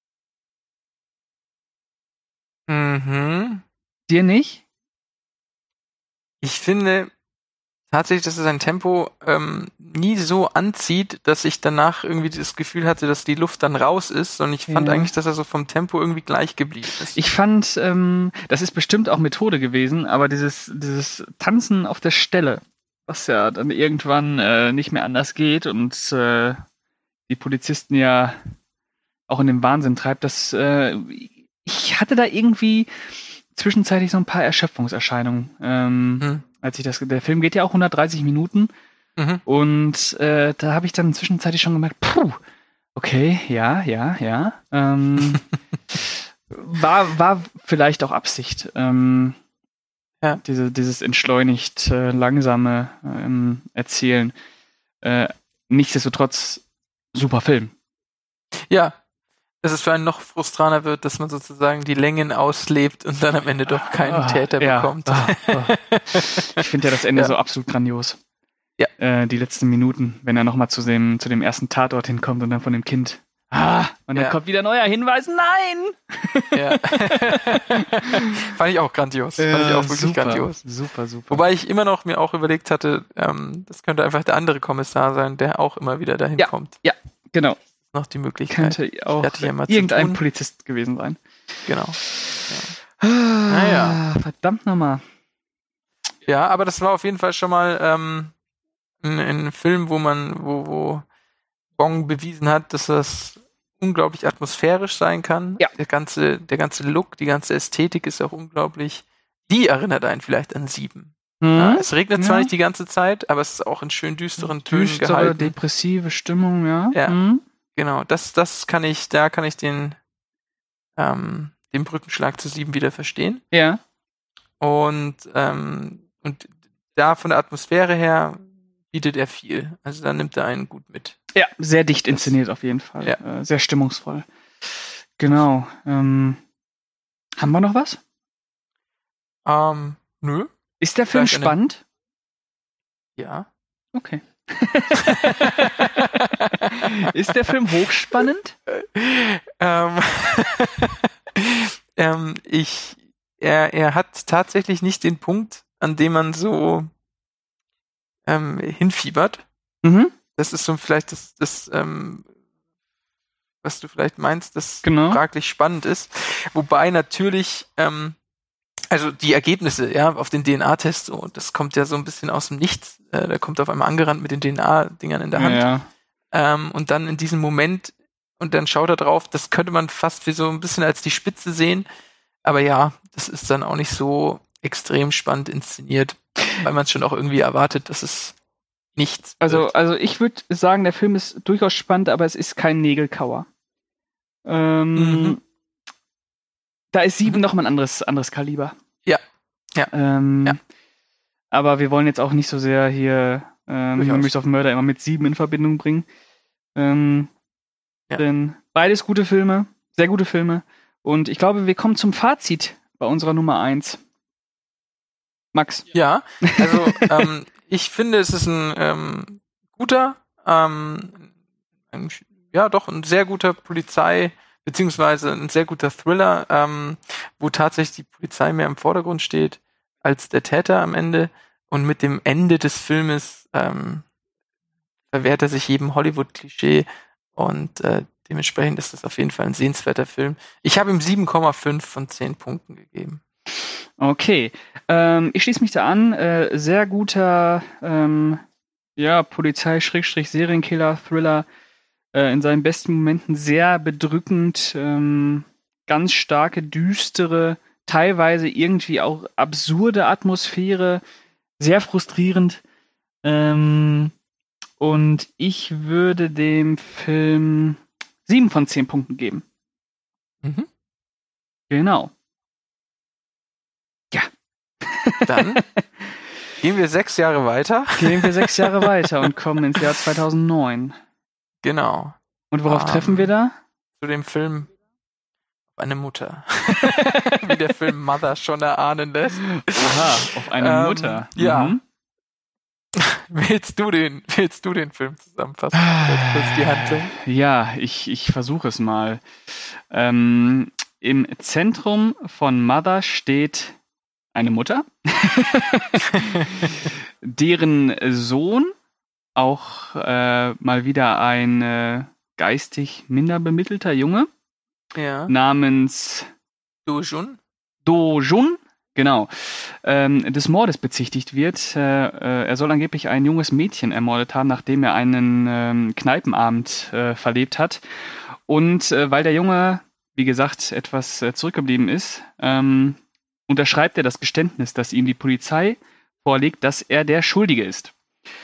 Mhm. Dir nicht? Ich finde tatsächlich, dass es sein Tempo ähm, nie so anzieht, dass ich danach irgendwie das Gefühl hatte, dass die Luft dann raus ist, sondern ich fand Ja. eigentlich, dass er so vom Tempo irgendwie gleich geblieben ist. Ich fand, ähm, das ist bestimmt auch Methode gewesen, aber dieses, dieses Tanzen auf der Stelle, was ja dann irgendwann äh, nicht mehr anders geht und äh, die Polizisten ja auch in den Wahnsinn treibt, das äh, ich hatte da irgendwie zwischenzeitlich so ein paar Erschöpfungserscheinungen. Ähm, Hm. als ich das, der Film geht ja auch hundertdreißig Minuten Mhm. und äh, da habe ich dann zwischenzeitlich schon gemerkt, puh, okay, ja, ja, ja. Ähm, war, war vielleicht auch Absicht. Ähm, Ja. diese, dieses entschleunigt äh, langsame ähm, Erzählen. Äh, nichtsdestotrotz super Film. Ja, dass es für einen noch frustraner wird, dass man sozusagen die Längen auslebt und dann am Ende doch keinen Ah, Täter ja. bekommt. Ah, ah. Ich finde ja das Ende Ja. so absolut grandios. Ja. Äh, die letzten Minuten, wenn er nochmal zu dem, zu dem ersten Tatort hinkommt und dann von dem Kind. Ah, und dann Ja. kommt wieder ein neuer Hinweis. Nein! Ja. Fand ich auch grandios. Fand ich auch wirklich super, grandios. Super, super. Wobei ich immer noch mir auch überlegt hatte, ähm, das könnte einfach der andere Kommissar sein, der auch immer wieder dahin Ja. kommt. genau, Noch die Möglichkeit. könnte auch hatte ja mal zu irgendein tun. Polizist gewesen sein. Genau. Naja. Verdammt nochmal. Ja, aber das war auf jeden Fall schon mal ähm, ein, ein Film, wo man, wo, wo Bong bewiesen hat, dass das unglaublich atmosphärisch sein kann. Ja. Der ganze, der ganze Look, die ganze Ästhetik ist auch unglaublich. Die erinnert einen vielleicht an Sieben. Ja, es regnet zwar Ja. nicht die ganze Zeit, aber es ist auch in schön düsteren Tönen Düstere, gehalten. depressive Stimmung, ja. Ja. Mhm. Genau, das, das kann ich, da kann ich den, ähm, den Brückenschlag zu Sieben wieder verstehen. Ja. Und, ähm, und da von der Atmosphäre her bietet er viel. Also da nimmt er einen gut mit. Ja, sehr dicht inszeniert auf jeden Fall. Ja. Äh, sehr stimmungsvoll. Genau. Ähm, haben wir noch was? Ähm, nö. Ist der Film Vielleicht eine- spannend? Ja. Okay. Ist der Film hochspannend? ähm, ähm, ich, er, er hat tatsächlich nicht den Punkt, an dem man so ähm, hinfiebert. Mhm. Das ist so vielleicht das, das ähm, was du vielleicht meinst, das Genau. fraglich spannend ist. Wobei natürlich, ähm, also die Ergebnisse, ja, auf den D N A-Test, so, das kommt ja so ein bisschen aus dem Nichts. Äh, der kommt auf einmal angerannt mit den D N A-Dingern in der Hand. Ja. Ähm, und dann in diesem Moment, und dann schaut er drauf, das könnte man fast wie so ein bisschen als die Spitze sehen. Aber ja, das ist dann auch nicht so extrem spannend inszeniert, weil man es schon auch irgendwie erwartet, dass es nichts Also, wird. also ich würde sagen, der Film ist durchaus spannend, aber es ist kein Nägelkauer. Ähm, Mhm. Da ist Sieben Mhm. noch mal ein anderes, anderes Kaliber. Ja. Ja. Ähm, Ja. Aber wir wollen jetzt auch nicht so sehr hier ähm, Durchaus. Memories of Murder immer mit Sieben in Verbindung bringen. Ähm, Ja. Denn beides gute Filme, sehr gute Filme. Und ich glaube, wir kommen zum Fazit bei unserer Nummer eins. Max. Ja, also ähm, ich finde, es ist ein ähm, guter, ähm, ein, ja doch ein sehr guter Polizei, beziehungsweise ein sehr guter Thriller, ähm, wo tatsächlich die Polizei mehr im Vordergrund steht als der Täter am Ende. Und mit dem Ende des Filmes ähm, verwehrt er sich jedem Hollywood-Klischee und äh, dementsprechend ist das auf jeden Fall ein sehenswerter Film. Ich habe ihm sieben Komma fünf von zehn Punkten gegeben. Okay, ähm, ich schließe mich da an. Äh, sehr guter ähm, ja, Polizei-Serienkiller-Thriller. Äh, in seinen besten Momenten sehr bedrückend. Ähm, ganz starke, düstere, teilweise irgendwie auch absurde Atmosphäre. Sehr frustrierend. Ähm, und ich würde dem Film sieben von zehn Punkten geben. Mhm. Genau. Dann gehen wir sechs Jahre weiter. Gehen wir sechs Jahre weiter und kommen ins Jahr zweitausendneun. Genau. Und worauf Um, treffen wir da? Zu dem Film Eine Mutter. Wie der Film Mother schon erahnen lässt. Aha, auf eine Ähm, Mutter. ja. Mhm. willst du den, willst du den Film zusammenfassen? Jetzt kurz die Handlung. Ja, ich, ich versuche es mal. Ähm, im Zentrum von Mother steht eine Mutter, deren Sohn auch äh, mal wieder ein äh, geistig minder bemittelter Junge Ja. namens Do-jun. Do-jun, genau, ähm, des Mordes bezichtigt wird. Äh, äh, er soll angeblich ein junges Mädchen ermordet haben, nachdem er einen ähm, Kneipenabend äh, verlebt hat. Und äh, weil der Junge, wie gesagt, etwas äh, zurückgeblieben ist, ähm, unterschreibt er das Geständnis, das ihm die Polizei vorlegt, dass er der Schuldige ist.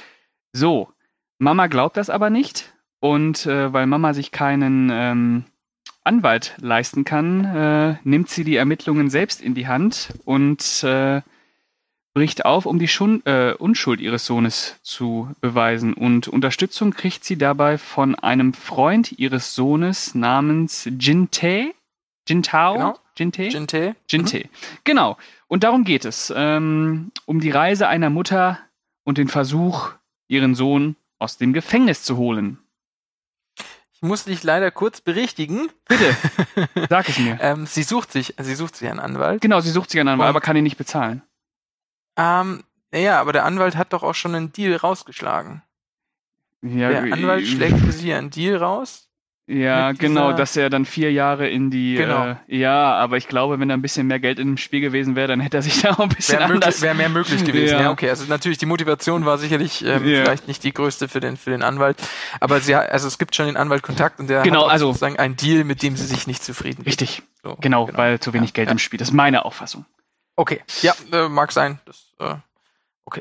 So, Mama glaubt das aber nicht. Und äh, weil Mama sich keinen ähm, Anwalt leisten kann, äh, nimmt sie die Ermittlungen selbst in die Hand und äh, bricht auf, um die Schun- äh, Unschuld ihres Sohnes zu beweisen. Und Unterstützung kriegt sie dabei von einem Freund ihres Sohnes namens Jin-tae. Jin-tao? Genau. Jin-tae? Jin-tae. Jin-tae. Genau. Und darum geht es. Ähm, um die Reise einer Mutter und den Versuch, ihren Sohn aus dem Gefängnis zu holen. Ich muss dich leider kurz berichtigen. Bitte, sag es mir. ähm, sie sucht sich, sie sucht sich einen Anwalt. Genau, sie sucht sich einen Anwalt, Und- aber kann ihn nicht bezahlen. Ähm, naja, aber der Anwalt hat doch auch schon einen Deal rausgeschlagen. Ja, Der Anwalt schlägt für sie einen Deal raus. Ja, mit genau, dieser- dass er dann vier Jahre in die... Genau. Äh, ja, aber ich glaube, wenn da ein bisschen mehr Geld in dem Spiel gewesen wäre, dann hätte er sich da auch ein bisschen Wäre anders... möglich, wär mehr möglich gewesen. Ja. Ja. okay. Also natürlich, die Motivation war sicherlich ähm, Ja. vielleicht nicht die größte für den für den Anwalt. Aber sie hat, also es gibt schon den Anwalt Kontakt und der Genau, hat auch also- sozusagen einen Deal, mit dem sie sich nicht zufrieden gibt. Richtig, So, genau, weil zu wenig Ja, Geld ja. im Spiel. Das ist meine Auffassung. Okay, ja, äh, mag sein. Das, äh, okay.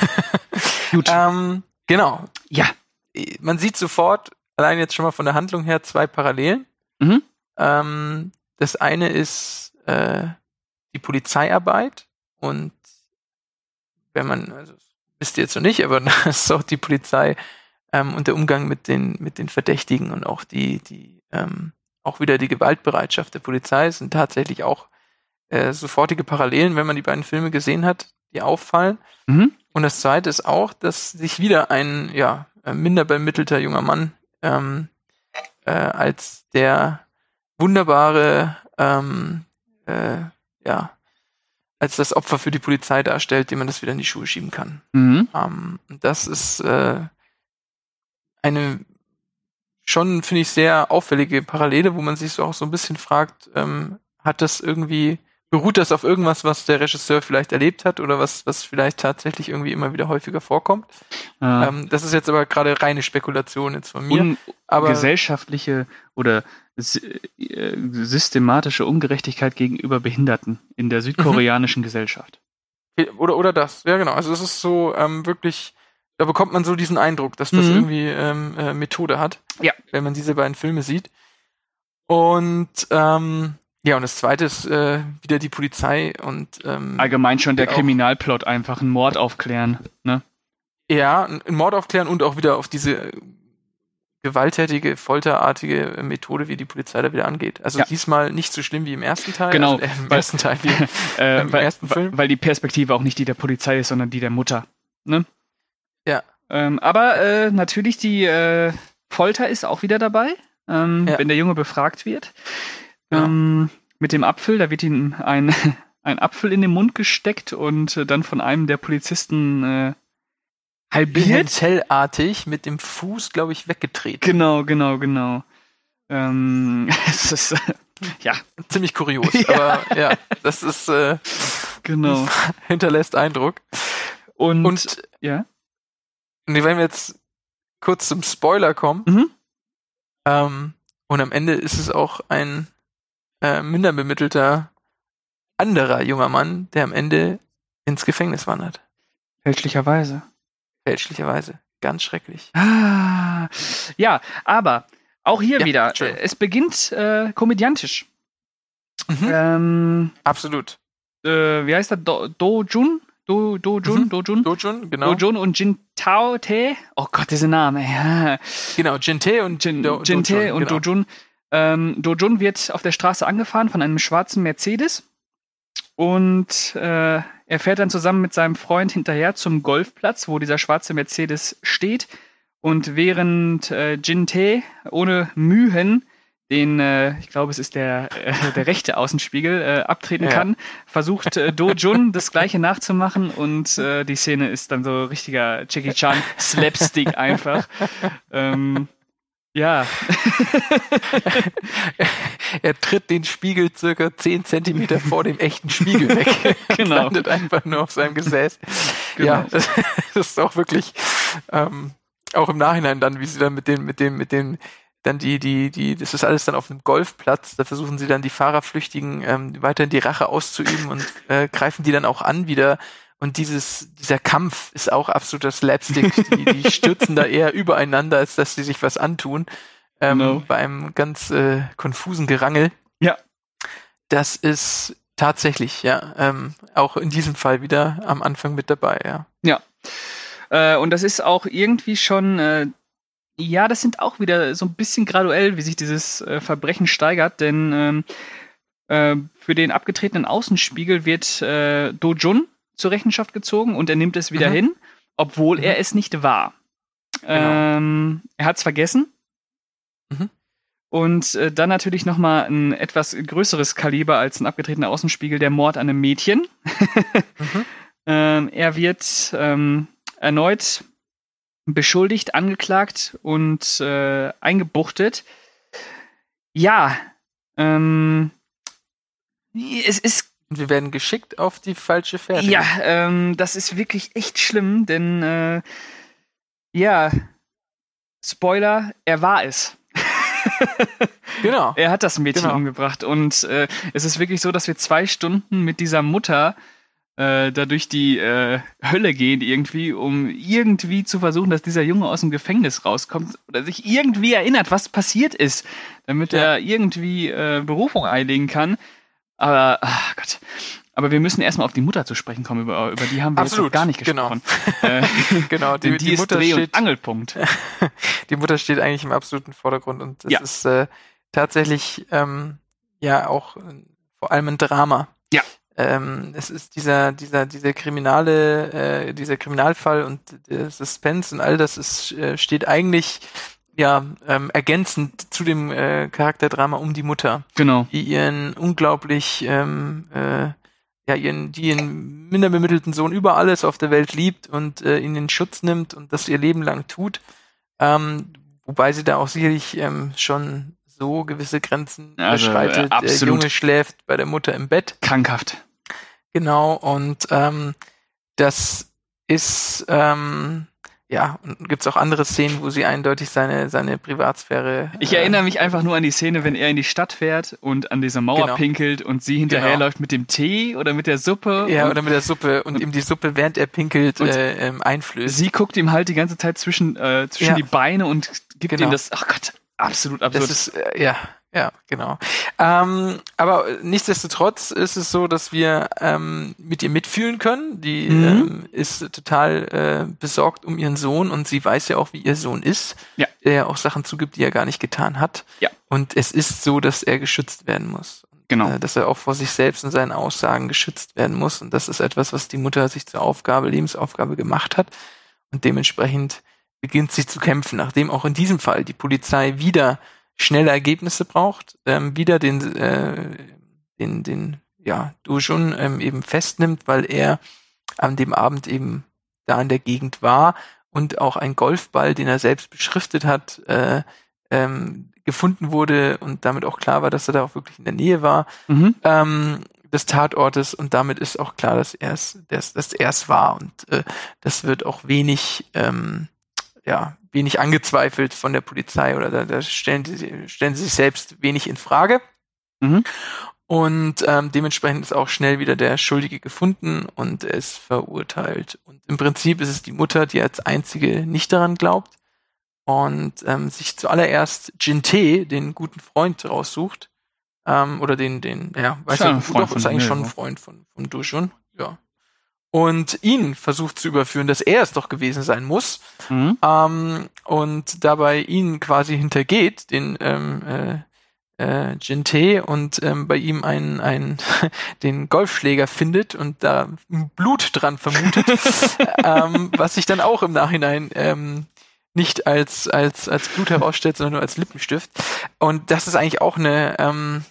Gut. ähm, genau. Ja. Man sieht sofort, allein jetzt schon mal von der Handlung her, zwei Parallelen. Mhm. Ähm, das eine ist äh, die Polizeiarbeit und wenn man, also das wisst ihr jetzt noch nicht, aber das ist auch die Polizei ähm, und der Umgang mit den mit den Verdächtigen und auch die die ähm, auch wieder die Gewaltbereitschaft der Polizei sind tatsächlich auch äh, sofortige Parallelen, wenn man die beiden Filme gesehen hat, die auffallen. Mhm. Und das Zweite ist auch, dass sich wieder ein ja äh, minder bemittelter junger Mann ähm, äh, als der wunderbare ähm, äh, ja als das Opfer für die Polizei darstellt, dem man das wieder in die Schuhe schieben kann. Mhm. Ähm, das ist äh, eine schon, finde ich, sehr auffällige Parallele, wo man sich so auch so ein bisschen fragt, ähm, hat das irgendwie, beruht das auf irgendwas, was der Regisseur vielleicht erlebt hat oder was, was vielleicht tatsächlich irgendwie immer wieder häufiger vorkommt? Ja. Ähm, das ist jetzt aber gerade reine Spekulation jetzt von mir. Un aber gesellschaftliche oder sy- äh, systematische Ungerechtigkeit gegenüber Behinderten in der südkoreanischen Gesellschaft. Oder, oder das, ja genau. Also es ist so ähm, wirklich, da bekommt man so diesen Eindruck, dass das Mhm. irgendwie ähm, äh, Methode hat, Ja. wenn man diese beiden Filme sieht. Und ähm, ja, und das zweite ist äh, wieder die Polizei und ähm, Allgemein schon der auch- Kriminalplot, einfach einen Mord aufklären. Ne? ja, einen Mord aufklären und auch wieder auf diese äh, gewalttätige, folterartige äh, Methode, wie die Polizei da wieder angeht. Also Ja. diesmal nicht so schlimm wie im ersten Teil. Genau, Also, äh, im weil- ersten Teil wie Äh, Im weil, ersten Film? weil die Perspektive auch nicht die der Polizei ist, sondern die der Mutter. Ne? Ja. Ähm, aber äh, natürlich die äh, Folter ist auch wieder dabei, ähm, Ja. wenn der Junge befragt wird. Genau. Ähm, mit dem Apfel, da wird ihm ein, ein Apfel in den Mund gesteckt und äh, dann von einem der Polizisten äh, halbiert. Tellartig mit dem Fuß, glaube ich, weggetreten. Genau, genau, genau. Ähm, es ist, äh, ja, Ziemlich kurios, Ja. aber ja, das ist äh, genau. hinterlässt Eindruck. Und, Und ja. wenn wir jetzt kurz zum Spoiler kommen, Mhm. ähm, und am Ende ist es auch ein äh, minder bemittelter anderer junger Mann, der am Ende ins Gefängnis wandert. Fälschlicherweise. Fälschlicherweise. Ganz schrecklich. Ah, ja, aber auch hier Ja, wieder, äh, Entschuldigung. es beginnt äh, komödiantisch. Mhm. Ähm, Absolut. äh, wie heißt er? Do, Do-jun? Do, Do-jun? Mhm. Do-jun? Dojun, genau. Do-jun und Jin Tao Te. Oh Gott, diese Name. Ja. Genau, Jin-tae und Jin, Do- Jin Tae Dojun, und genau. Do-jun. Ähm, Do-jun wird auf der Straße angefahren von einem schwarzen Mercedes. Und äh, er er fährt dann zusammen mit seinem Freund hinterher zum Golfplatz, wo dieser schwarze Mercedes steht. Und während äh, Jin-tae ohne Mühen den, äh, ich glaube, es ist der, äh, der rechte Außenspiegel, äh, abtreten Ja. kann, versucht äh, Do-Jun das Gleiche nachzumachen und äh, die Szene ist dann so richtiger Jackie Chan Slapstick einfach. ähm, ja. Er tritt den Spiegel circa zehn Zentimeter vor dem echten Spiegel weg. Genau. Landet einfach nur auf seinem Gesäß. Genau. Ja, das, das ist auch wirklich, ähm, auch im Nachhinein dann, wie sie dann mit dem, mit dem, mit dem, dann die, die, die, das ist alles dann auf einem Golfplatz, da versuchen sie dann die Fahrerflüchtigen ähm, weiterhin die Rache auszuüben und äh, greifen die dann auch an wieder. Und dieses, dieser Kampf ist auch absoluter Slapstick. Die, die stürzen da eher übereinander, als dass sie sich was antun. Ähm, Genau. Bei einem ganz äh, konfusen Gerangel. Ja. Das ist tatsächlich, ja, ähm, auch in diesem Fall wieder am Anfang mit dabei, ja. Ja. Äh, und das ist auch irgendwie schon, äh, ja, das sind auch wieder so ein bisschen graduell, wie sich dieses äh, Verbrechen steigert, denn ähm, äh, für den abgetretenen Außenspiegel wird äh, Do-Jun zur Rechenschaft gezogen und er nimmt es wieder Mhm. hin, obwohl Mhm. er es nicht war. Genau. Ähm, er hat es vergessen. Mhm. Und äh, dann natürlich nochmal ein etwas größeres Kaliber als ein abgetretener Außenspiegel, der Mord an einem Mädchen. Mhm. ähm, er wird ähm, erneut beschuldigt, angeklagt und äh, eingebuchtet. Ja, ähm, es ist, Und wir werden geschickt auf die falsche Fährte. ja, ähm, das ist wirklich echt schlimm, denn äh, ja, Spoiler, er war es. Genau. Er hat das Mädchen Genau. umgebracht und äh, es ist wirklich so, dass wir zwei Stunden mit dieser Mutter äh, da durch die äh, Hölle gehen irgendwie, um irgendwie zu versuchen, dass dieser Junge aus dem Gefängnis rauskommt oder sich irgendwie erinnert, was passiert ist, damit Ja. er irgendwie äh, Berufung einlegen kann. Aber, ach Gott. Aber wir müssen erstmal auf die Mutter zu sprechen kommen, über, über die haben wir jetzt Absolut, noch gar nicht genau. gesprochen. Äh, Genau, denn die, die, die ist Mutter Dreh- und steht, Angelpunkt. die Mutter steht eigentlich im absoluten Vordergrund und es Ja. ist äh, tatsächlich ähm, ja auch äh, vor allem ein Drama. Ja. Ähm, es ist dieser, dieser, dieser kriminale, äh, dieser Kriminalfall und der Suspense und all das ist, äh, steht eigentlich ja ähm, ergänzend zu dem äh, Charakterdrama um die Mutter, Genau. die ihren unglaublich ähm, äh, ja, ihren, die ihren minderbemittelten Sohn über alles auf der Welt liebt und äh, ihn in Schutz nimmt und das ihr Leben lang tut. Ähm, wobei sie da auch sicherlich ähm, schon so gewisse Grenzen Also, überschreitet. äh, Der absolut. Junge schläft bei der Mutter im Bett. Krankhaft. Genau, und ähm, das ist, ähm, ja, und gibt's auch andere Szenen, wo sie eindeutig seine, seine Privatsphäre. Ich äh, erinnere mich einfach nur an die Szene, wenn er in die Stadt fährt und an diese Mauer Genau. pinkelt und sie hinterherläuft mit dem Tee oder mit der Suppe. Ja, und oder mit der Suppe und, ihm die Suppe, während er pinkelt, Und äh, ähm, einflößt. sie guckt ihm halt die ganze Zeit zwischen, äh, zwischen Ja. die Beine und gibt Genau. ihm das, ach Gott, absolut absurd. Das ist, äh, ja, ja, genau. Ähm, aber nichtsdestotrotz ist es so, dass wir ähm, mit ihr mitfühlen können. Die Mhm. ähm, ist total äh, besorgt um ihren Sohn und sie weiß ja auch, wie ihr Sohn ist. Ja. Der ja auch Sachen zugibt, die er gar nicht getan hat. Ja. Und es ist so, dass er geschützt werden muss. Genau. Äh, dass er auch vor sich selbst und seinen Aussagen geschützt werden muss. Und das ist etwas, was die Mutter sich zur Aufgabe, Lebensaufgabe gemacht hat. Und dementsprechend beginnt sie zu kämpfen, nachdem auch in diesem Fall die Polizei wieder schnelle Ergebnisse braucht, ähm, wieder den, äh, den, den, ja, Do-Jun ähm, eben festnimmt, weil er an dem Abend eben da in der Gegend war und auch ein Golfball, den er selbst beschriftet hat, äh, ähm, gefunden wurde und damit auch klar war, dass er da auch wirklich in der Nähe war, Mhm. ähm, des Tatortes und damit ist auch klar, dass er es, dass, dass er es war und äh, das wird auch wenig, ähm, ja, wenig angezweifelt von der Polizei oder da, da stellen sie stellen sie sich selbst wenig in Frage. Mhm. Und ähm, dementsprechend ist auch schnell wieder der Schuldige gefunden und er ist verurteilt. Und im Prinzip ist es die Mutter, die als einzige nicht daran glaubt und ähm, sich zuallererst Jin-tae, den guten Freund, raussucht. Ähm, oder den, den, ja, weiß Schon ja, ein Freund doch, ist von eigentlich mir, schon ein ja. Freund von, von Do-Jun, ja. Und ihn versucht zu überführen, dass er es doch gewesen sein muss. Mhm. Ähm, und dabei ihn quasi hintergeht, den ähm, äh, äh, Jin-Tae und ähm, bei ihm einen, einen den Golfschläger findet und da Blut dran vermutet, ähm, was sich dann auch im Nachhinein ähm, nicht als als als Blut herausstellt, sondern nur als Lippenstift. Und das ist eigentlich auch eine ähm,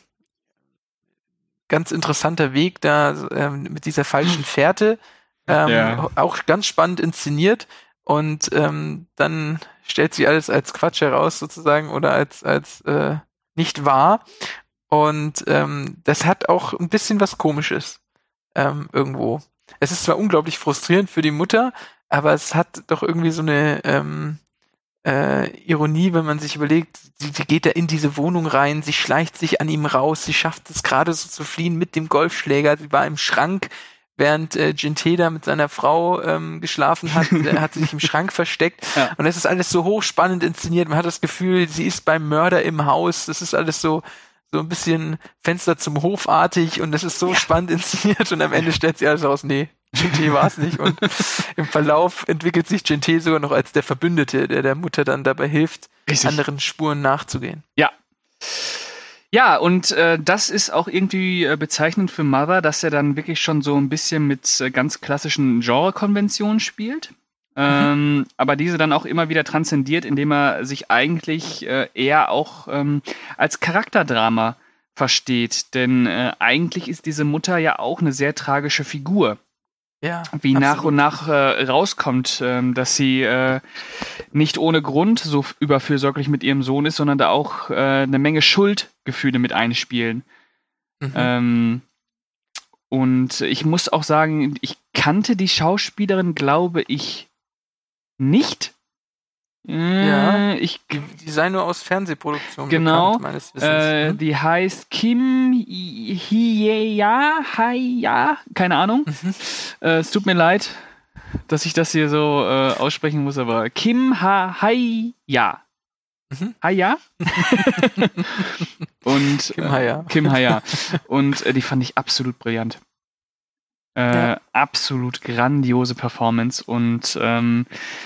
ganz interessanter Weg da ähm, mit dieser falschen Fährte, ähm, Ja. auch ganz spannend inszeniert. Und ähm, dann stellt sie alles als Quatsch heraus sozusagen oder als als äh, nicht wahr. Und ähm, das hat auch ein bisschen was Komisches ähm, irgendwo. Es ist zwar unglaublich frustrierend für die Mutter, aber es hat doch irgendwie so eine ähm, äh, Ironie, wenn man sich überlegt, sie, sie geht da in diese Wohnung rein, sie schleicht sich an ihm raus, sie schafft es gerade so zu fliehen mit dem Golfschläger, sie war im Schrank, während äh, Jin-Tae da mit seiner Frau ähm, geschlafen hat, äh, hat sie sich im Schrank versteckt. Ja. Und das ist alles so hochspannend inszeniert. Man hat das Gefühl, sie ist beim Mörder im Haus. Das ist alles so so ein bisschen Fenster zum Hofartig und das ist so ja. spannend inszeniert und am Ende stellt sie alles raus, nee, Jin-Tae war es nicht. Und im Verlauf entwickelt sich Jin-Tae sogar noch als der Verbündete, der der Mutter dann dabei hilft, Richtig. anderen Spuren nachzugehen. Ja. Ja, und äh, das ist auch irgendwie äh, bezeichnend für Mother, dass er dann wirklich schon so ein bisschen mit äh, ganz klassischen Genre-Konventionen spielt. Mhm. Ähm, aber diese dann auch immer wieder transzendiert, indem er sich eigentlich äh, eher auch ähm, als Charakterdrama versteht. Denn äh, eigentlich ist diese Mutter ja auch eine sehr tragische Figur. Ja, wie absolut. nach und nach äh, rauskommt, ähm, dass sie äh, nicht ohne Grund so f- überfürsorglich mit ihrem Sohn ist, sondern da auch äh, eine Menge Schuldgefühle mit einspielen. Mhm. Ähm, und ich muss auch sagen, ich kannte die Schauspielerin, glaube ich, nicht. Äh, Ja, ich die, die sei nur aus Fernsehproduktionen Genau, bekannt, meines Wissens. äh, Mhm. die heißt Kim Hye-ya, Hye-ya, keine Ahnung. Mhm. Äh, es tut mir leid, dass ich das hier so äh, aussprechen muss, aber Kim Ha-Hye-ya. Mhm. Hye-ya? Und Kim Ha-ya. Äh, Kim Ha-ya. Und äh, die fand ich absolut brillant. Äh, Ja. Absolut grandiose Performance und ähm,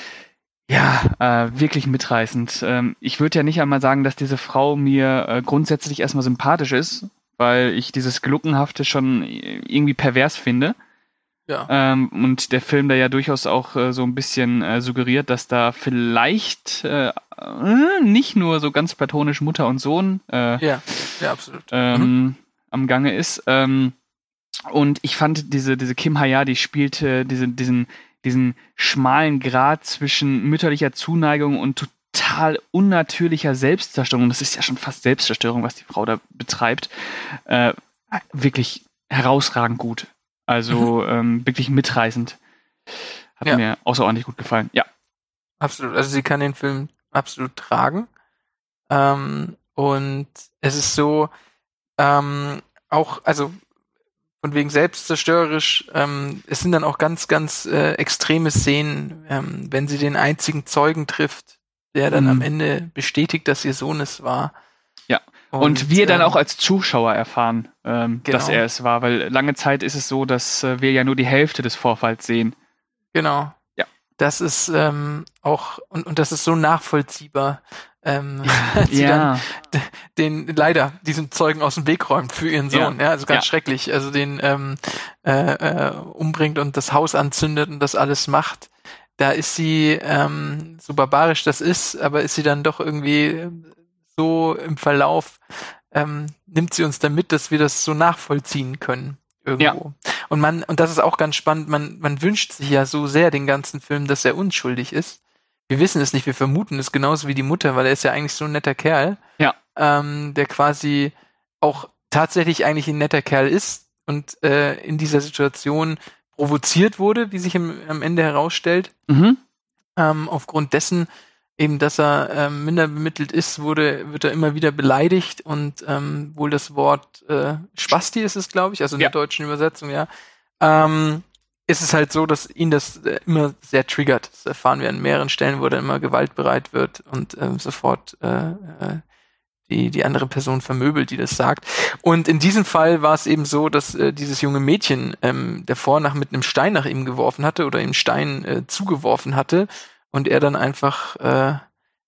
ja, äh, wirklich mitreißend. Ähm, ich würde ja nicht einmal sagen, dass diese Frau mir äh, grundsätzlich erstmal sympathisch ist, weil ich dieses Gluckenhafte schon irgendwie pervers finde. Ja. Ähm, und der Film da ja durchaus auch äh, so ein bisschen äh, suggeriert, dass da vielleicht äh, äh, nicht nur so ganz platonisch Mutter und Sohn äh, ja, ja, absolut. ähm, Mhm. am Gange ist. Ähm, und ich fand diese, diese Kim Ha-ya, die spielte diese, diesen diesen schmalen Grat zwischen mütterlicher Zuneigung und total unnatürlicher Selbstzerstörung, das ist ja schon fast Selbstzerstörung, was die Frau da betreibt, äh, wirklich herausragend gut. Also Mhm. ähm, wirklich mitreißend. Hat Ja. mir außerordentlich gut gefallen. Ja. Absolut. Also sie kann den Film absolut tragen. Ähm, und es ist so, ähm, auch, also von wegen selbstzerstörerisch, ähm, es sind dann auch ganz, ganz äh, extreme Szenen, ähm, wenn sie den einzigen Zeugen trifft, der dann Mhm. am Ende bestätigt, dass ihr Sohn es war. Ja. Und, wir dann ähm, auch als Zuschauer erfahren, ähm, Genau. dass er es war, weil lange Zeit ist es so, dass äh, wir ja nur die Hälfte des Vorfalls sehen. Genau. Ja. Das ist ähm, auch, und, und das ist so nachvollziehbar, ähm, als sie dann Ja. den leider diesen Zeugen aus dem Weg räumt für ihren Sohn. Ja, Ja. also ganz Ja. schrecklich. Also den ähm, äh, äh, umbringt und das Haus anzündet und das alles macht. Da ist sie, ähm, so barbarisch das ist, aber ist sie dann doch irgendwie ähm, so im Verlauf, ähm, nimmt sie uns damit, dass wir das so nachvollziehen können. Irgendwo. Und man, und das ist auch ganz spannend, man, man wünscht sich ja so sehr den ganzen Film, dass er unschuldig ist. Wir wissen es nicht, wir vermuten es genauso wie die Mutter, weil er ist ja eigentlich so ein netter Kerl, Ja. ähm, der quasi auch tatsächlich eigentlich ein netter Kerl ist und äh, in dieser Situation provoziert wurde, wie sich im, am Ende herausstellt. Mhm. Ähm, aufgrund dessen, eben, dass er ähm, minder bemittelt ist, wurde, wird er immer wieder beleidigt und ähm, wohl das Wort äh, Spasti ist es, glaube ich, also in Ja. der deutschen Übersetzung, ja. Ähm, ist es halt so, dass ihn das äh, immer sehr triggert. Das erfahren wir an mehreren Stellen, wo er immer gewaltbereit wird und ähm, sofort äh, äh, die, die andere Person vermöbelt, die das sagt. Und in diesem Fall war es eben so, dass äh, dieses junge Mädchen ähm, davor nach mit einem Stein nach ihm geworfen hatte oder ihm einen Stein äh, zugeworfen hatte und er dann einfach äh,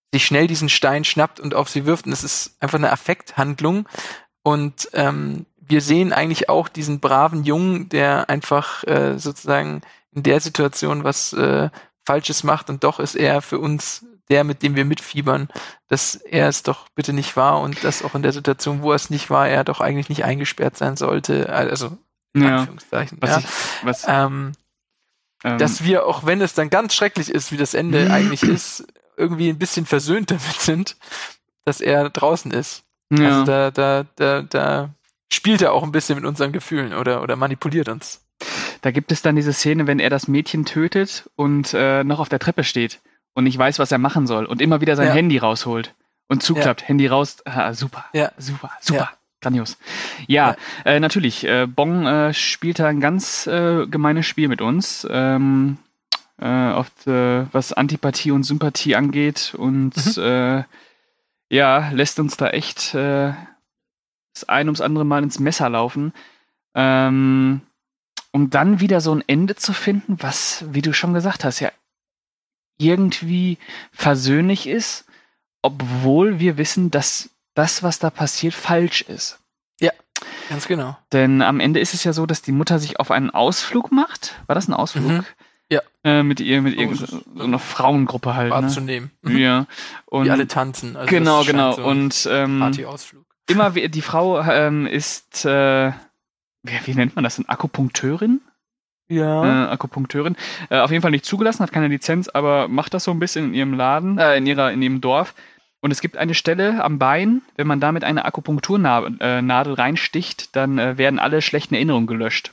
sich schnell diesen Stein schnappt und auf sie wirft. Und es ist einfach eine Affekthandlung. Und ähm, wir sehen eigentlich auch diesen braven Jungen, der einfach äh, sozusagen in der Situation was äh, Falsches macht. Und doch ist er für uns der, mit dem wir mitfiebern, dass er es doch bitte nicht war und dass auch in der Situation, wo er es nicht war, er doch eigentlich nicht eingesperrt sein sollte. Also in Ja. Anführungszeichen. Was ja. ich, was, Ähm, ähm, dass wir, auch wenn es dann ganz schrecklich ist, wie das Ende eigentlich ist, irgendwie ein bisschen versöhnt damit sind, dass er draußen ist. ja. Also da, da, da, da spielt er auch ein bisschen mit unseren Gefühlen oder, oder manipuliert uns. Da gibt es dann diese Szene, wenn er das Mädchen tötet und äh, noch auf der Treppe steht und nicht weiß, was er machen soll und immer wieder sein Ja. Handy rausholt und zuklappt. Handy raus. Ah, super. Ja. Super. Super. Ja. Grandios. Ja, Äh, natürlich. Äh, Bong äh, spielt da ein ganz äh, gemeines Spiel mit uns. Ähm, äh, oft, äh, was Antipathie und Sympathie angeht und Mhm. äh, ja, lässt uns da echt äh, das ein ums andere Mal ins Messer laufen. Ähm, um dann wieder so ein Ende zu finden, was, wie du schon gesagt hast, ja irgendwie versöhnlich ist, obwohl wir wissen, dass das, was da passiert, falsch ist. Ganz genau. Denn am Ende ist es ja so, dass die Mutter sich auf einen Ausflug macht. War das ein Ausflug? Mhm. Ja. Äh, mit ihr, mit So, irgendeiner so- so einer Frauengruppe halt. Ne? Wahrzunehmen. Mhm. Ja. Und Die alle tanzen. Also genau, das scheint genau. so ein Und ähm, Partyausflug. immer wie, die Frau ähm, ist, äh, wie, wie nennt man das, eine Akupunkteurin? Ja. Äh, Akupunkteurin. Äh, auf jeden Fall nicht zugelassen, hat keine Lizenz, aber macht das so ein bisschen in ihrem Laden, äh, in ihrer, in ihrem Dorf. Und es gibt eine Stelle am Bein, wenn man damit eine Akupunkturnadel äh, Nadel reinsticht, dann äh, werden alle schlechten Erinnerungen gelöscht.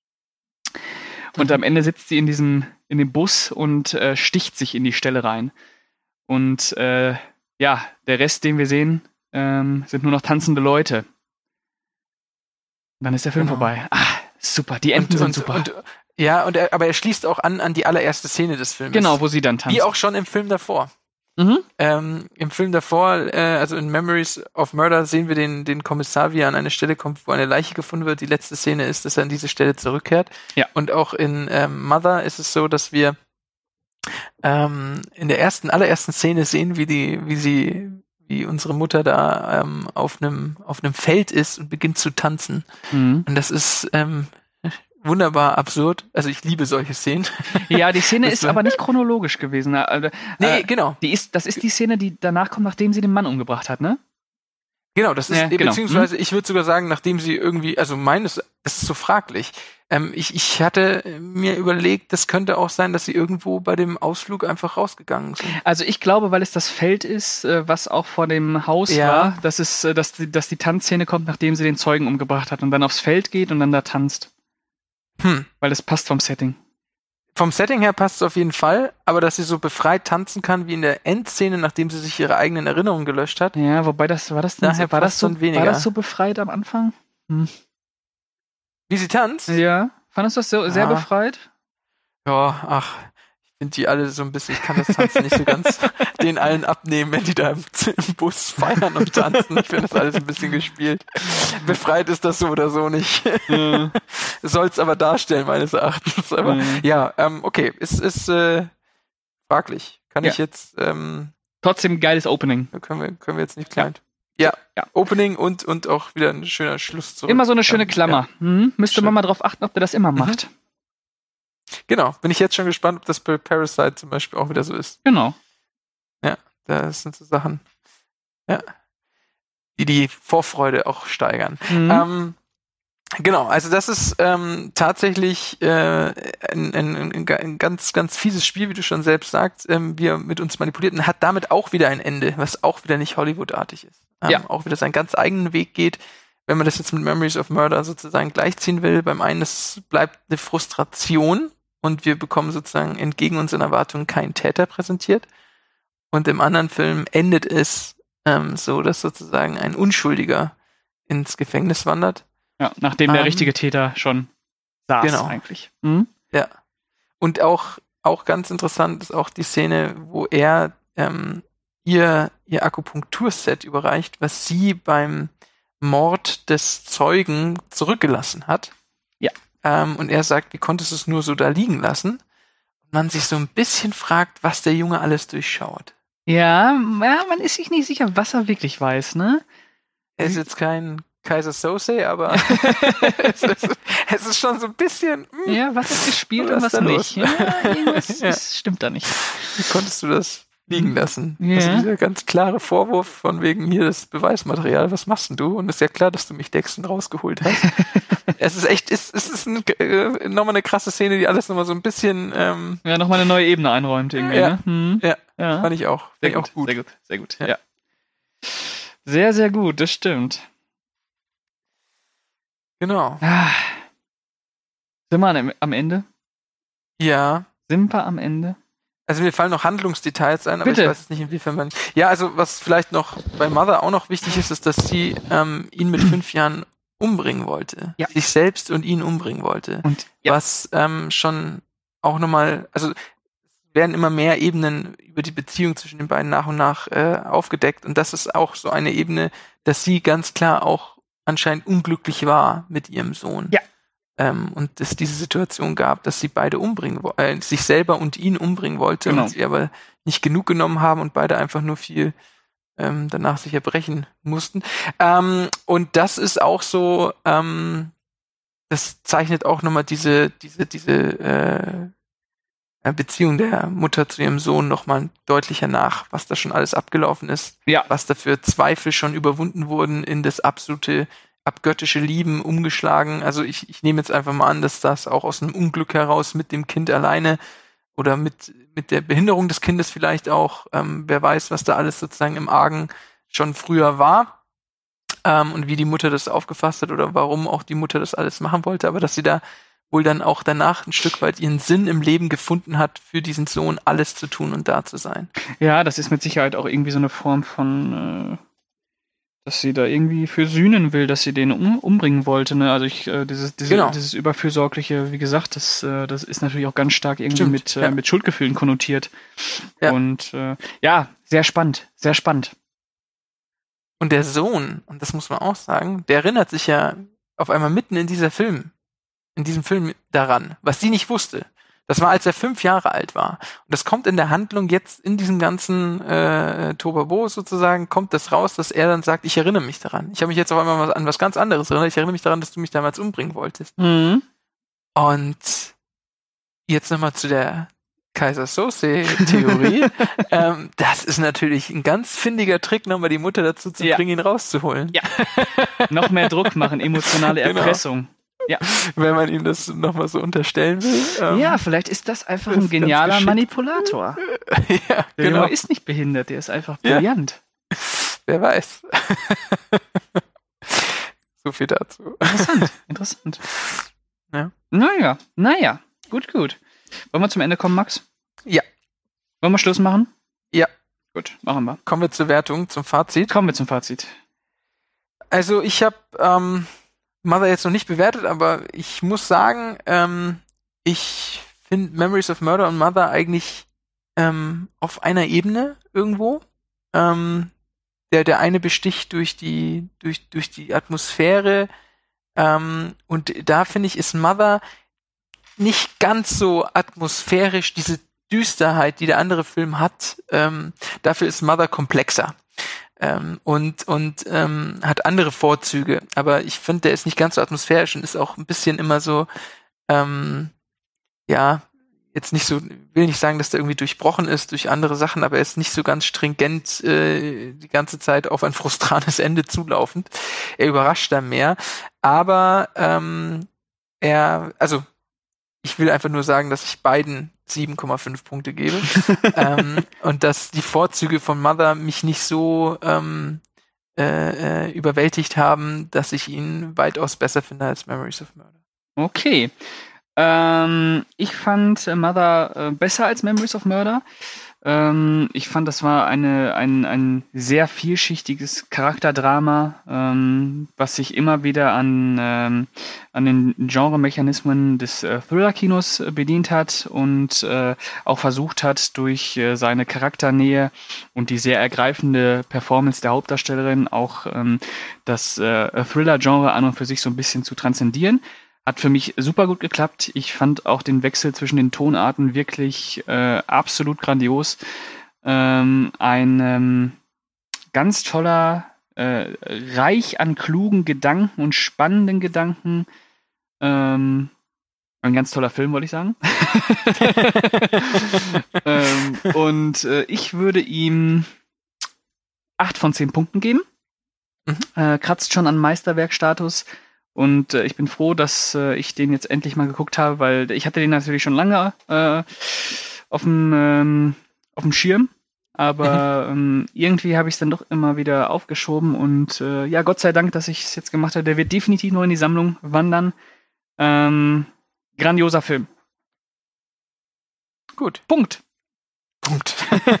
Und Mhm. am Ende sitzt sie in diesem, in dem Bus und äh, sticht sich in die Stelle rein. Und äh, ja, der Rest, den wir sehen, ähm, sind nur noch tanzende Leute. Und dann ist der Film Genau. vorbei. Ah, super, die Enden Und, sind und, super. und, ja, und er, aber er schließt auch an an die allererste Szene des Films. Genau, wo sie dann tanzt. Wie auch schon im Film davor. Mhm. Ähm, Im Film davor, äh, also in Memories of Murder, sehen wir den, den Kommissar, wie er an eine Stelle kommt, wo eine Leiche gefunden wird. Die letzte Szene ist, dass er an diese Stelle zurückkehrt. Ja. Und auch in ähm, Mother ist es so, dass wir ähm, in der ersten, allerersten Szene sehen, wie die, wie sie, wie unsere Mutter da ähm, auf einem auf einem Feld ist und beginnt zu tanzen. Mhm. Und das ist ähm, wunderbar absurd. Also ich liebe solche Szenen. Ja, die Szene Das ist war- aber nicht chronologisch gewesen. Also, Nee, äh, genau. die ist, das ist die Szene, die danach kommt, nachdem sie den Mann umgebracht hat, ne? Genau, das ist, Ja, genau. beziehungsweise ich würde sogar sagen, nachdem sie irgendwie, also meines, das ist so fraglich. Ähm, ich, ich hatte mir überlegt, das könnte auch sein, dass sie irgendwo bei dem Ausflug einfach rausgegangen sind. Also ich glaube, weil es das Feld ist, äh, was auch vor dem Haus Ja. war, dass es, äh, dass die, dass die Tanzszene kommt, nachdem sie den Zeugen umgebracht hat und dann aufs Feld geht und dann da tanzt. Hm. Weil das passt vom Setting. Vom Setting her passt es auf jeden Fall, aber dass sie so befreit tanzen kann wie in der Endszene, nachdem sie sich ihre eigenen Erinnerungen gelöscht hat. Ja, wobei das, war das denn Daher so, war das passt so, dann weniger. war das so befreit am Anfang? Hm. Wie sie tanzt? Ja. Fandest du das so, sehr Ja. befreit? Ja, ach, ich finde die alle so ein bisschen, ich kann das Tanzen nicht so ganz den allen abnehmen, wenn die da im, im Bus feiern und tanzen. Ich finde das alles ein bisschen gespielt. Befreit ist das so oder so nicht. Mhm. Soll es aber darstellen, meines Erachtens. Aber Mhm. ja, ähm, okay, es ist äh, fraglich. Kann Ja. ich jetzt, ähm, Trotzdem geiles Opening. können wir, können wir jetzt nicht klein. Ja. Ja. Opening und, und auch wieder ein schöner Schluss zurück. Immer so eine schöne Ähm, Klammer. Mhm. Müsste Schön. man mal drauf achten, ob der das immer Mhm. macht. Genau, bin ich jetzt schon gespannt, ob das bei Parasite zum Beispiel auch wieder so ist. Genau. Das sind so Sachen, ja, die die Vorfreude auch steigern. Mhm. Ähm, genau, also das ist ähm, tatsächlich äh, ein, ein, ein, ein ganz, ganz fieses Spiel, wie du schon selbst sagst, ähm, wie er mit uns manipuliert und hat damit auch wieder ein Ende, was auch wieder nicht Hollywood-artig ist. Ähm, Ja. Auch wieder seinen ganz eigenen Weg geht. Wenn man das jetzt mit Memories of Murder sozusagen gleichziehen will, beim einen, es bleibt eine Frustration und wir bekommen sozusagen entgegen unseren Erwartungen keinen Täter präsentiert. Und im anderen Film endet es ähm, so, dass sozusagen ein Unschuldiger ins Gefängnis wandert. Ja, nachdem der Ähm, richtige Täter schon saß genau. eigentlich. Mhm. Ja. Und auch, auch ganz interessant ist auch die Szene, wo er ähm, ihr, ihr Akupunkturset überreicht, was sie beim Mord des Zeugen zurückgelassen hat. Ja. Ähm, und er sagt, wie konntest du es nur so da liegen lassen? Und man sich so ein bisschen fragt, was der Junge alles durchschaut. Ja, ja, man ist sich nicht sicher, was er wirklich weiß, ne? Er ist jetzt kein Kaiser Sose, aber es, ist, es ist schon so ein bisschen. Mh, ja, was ist gespielt was und was nicht. Ja, irgendwas ja. ist, stimmt da nicht. Wie konntest du das liegen lassen? Ja. Also dieser ganz klare Vorwurf von wegen hier das Beweismaterial, was machst denn du? Und es ist ja klar, dass du mich deckst und rausgeholt hast. Es ist echt, es, es ist ein, äh, nochmal eine krasse Szene, die alles nochmal so ein bisschen ähm, ja, nochmal eine neue Ebene einräumt irgendwie, ja. ne? Hm. Ja, ja, fand ich auch. sehr Fand ich gut, auch gut. sehr gut, sehr gut, Ja. ja. Sehr, sehr gut, das stimmt. Genau. Ah. Sind wir am- am Ende? Ja. Sind wir am Ende? Also mir fallen noch Handlungsdetails ein, aber Bitte. ich weiß jetzt nicht, inwiefern man... Ja, also was vielleicht noch bei Mother auch noch wichtig ist, ist, dass sie ähm, ihn mit fünf Jahren umbringen wollte. Ja. Sich selbst und ihn umbringen wollte. Und ja, Was ähm, schon auch nochmal... Also es werden immer mehr Ebenen über die Beziehung zwischen den beiden nach und nach äh, aufgedeckt. Und das ist auch so eine Ebene, dass sie ganz klar auch anscheinend unglücklich war mit ihrem Sohn. Ja. Ähm, und es diese Situation gab, dass sie beide umbringen wo- äh, sich selber und ihn umbringen wollte Genau. und sie aber nicht genug genommen haben und beide einfach nur viel ähm, danach sich erbrechen mussten. Ähm, und das ist auch so, ähm, das zeichnet auch nochmal diese, diese, diese äh, Beziehung der Mutter zu ihrem Sohn nochmal deutlicher nach, was da schon alles abgelaufen ist, ja, was da für Zweifel schon überwunden wurden, in das absolute abgöttische Lieben umgeschlagen. Also ich, ich nehme jetzt einfach mal an, dass das auch aus einem Unglück heraus mit dem Kind alleine oder mit, mit der Behinderung des Kindes vielleicht auch, ähm, wer weiß, was da alles sozusagen im Argen schon früher war, ähm, und wie die Mutter das aufgefasst hat oder warum auch die Mutter das alles machen wollte, aber dass sie da wohl dann auch danach ein Stück weit ihren Sinn im Leben gefunden hat, für diesen Sohn alles zu tun und da zu sein. ja, das ist mit Sicherheit auch irgendwie so eine Form von, äh, dass sie da irgendwie für sühnen will, dass sie den um, umbringen wollte. Ne? Also ich, äh, dieses, diese, Genau. dieses Überfürsorgliche, wie gesagt, das, äh, das ist natürlich auch ganz stark irgendwie Stimmt, mit, äh, ja. mit Schuldgefühlen konnotiert. Ja. Und äh, ja, sehr spannend, sehr spannend. Und der Sohn, und das muss man auch sagen, der erinnert sich ja auf einmal mitten in dieser Film, in diesem Film daran, was sie nicht wusste. Das war, als er fünf Jahre alt war. Und das kommt in der Handlung jetzt, in diesem ganzen äh, Tobabo sozusagen, kommt das raus, dass er dann sagt, ich erinnere mich daran. Ich habe mich jetzt auf einmal was, an was ganz anderes erinnert. Ich erinnere mich daran, dass du mich damals umbringen wolltest. Mhm. Und jetzt nochmal zu der Kaiser Sose-Theorie. ähm, das ist natürlich ein ganz findiger Trick, nochmal die Mutter dazu zu Ja. bringen, ihn rauszuholen. Ja. Noch mehr Druck machen, emotionale Genau. Erpressung. Ja. Wenn man ihm das nochmal so unterstellen will. Ähm, Ja, vielleicht ist das einfach das ein ist ganz genialer geschickt. Manipulator. ja, Der genau. Junge ist nicht behindert, der ist einfach Ja. brillant. Wer weiß. So viel dazu. Interessant, interessant. Ja. Naja, naja, gut, gut. Wollen wir zum Ende kommen, Max? Ja. Wollen wir Schluss machen? Ja. Gut, machen wir. Kommen wir zur Wertung, zum Fazit. Kommen wir zum Fazit. Also ich habe ähm, Mother jetzt noch nicht bewertet, aber ich muss sagen, ähm, ich finde Memories of Murder und Mother eigentlich ähm, auf einer Ebene irgendwo. Ähm, der, der eine besticht durch die, durch, durch die Atmosphäre, ähm, und da finde ich, ist Mother nicht ganz so atmosphärisch, diese Düsterheit, die der andere Film hat. Ähm, dafür ist Mother komplexer. Ähm, und und ähm, hat andere Vorzüge. Aber ich finde, der ist nicht ganz so atmosphärisch und ist auch ein bisschen immer so, ähm, ja, jetzt nicht so, will nicht sagen, dass der irgendwie durchbrochen ist durch andere Sachen, aber er ist nicht so ganz stringent äh, die ganze Zeit auf ein frustranes Ende zulaufend. Er überrascht da mehr. Aber ähm, er, also ich will einfach nur sagen, dass ich beiden sieben Komma fünf Punkte gebe. ähm, und dass die Vorzüge von Mother mich nicht so ähm, äh, äh, überwältigt haben, dass ich ihn weitaus besser finde als Memories of Murder. Okay. Ähm, ich fand äh, Mother äh, besser als Memories of Murder. Ähm, ich fand, das war eine, ein, ein sehr vielschichtiges Charakterdrama, ähm, was sich immer wieder an, ähm, an den Genremechanismen des äh, Thriller-Kinos äh, bedient hat und äh, auch versucht hat, durch äh, seine Charakternähe und die sehr ergreifende Performance der Hauptdarstellerin auch ähm, das äh, Thriller-Genre an und für sich so ein bisschen zu transzendieren. Hat für mich super gut geklappt. Ich fand auch den Wechsel zwischen den Tonarten wirklich äh, absolut grandios. Ähm, ein ähm, ganz toller, äh, reich an klugen Gedanken und spannenden Gedanken. Ähm, ein ganz toller Film, wollte ich sagen. ähm, und äh, ich würde ihm acht von zehn Punkten geben. Mhm. Äh, kratzt schon an Meisterwerkstatus. Und äh, ich bin froh, dass äh, ich den jetzt endlich mal geguckt habe, weil ich hatte den natürlich schon lange äh, auf dem ähm, auf dem Schirm. Aber ähm, irgendwie habe ich es dann doch immer wieder aufgeschoben. Und äh, ja, Gott sei Dank, dass ich es jetzt gemacht habe. Der wird definitiv noch in die Sammlung wandern. Ähm, grandioser Film. Gut. Punkt. Punkt.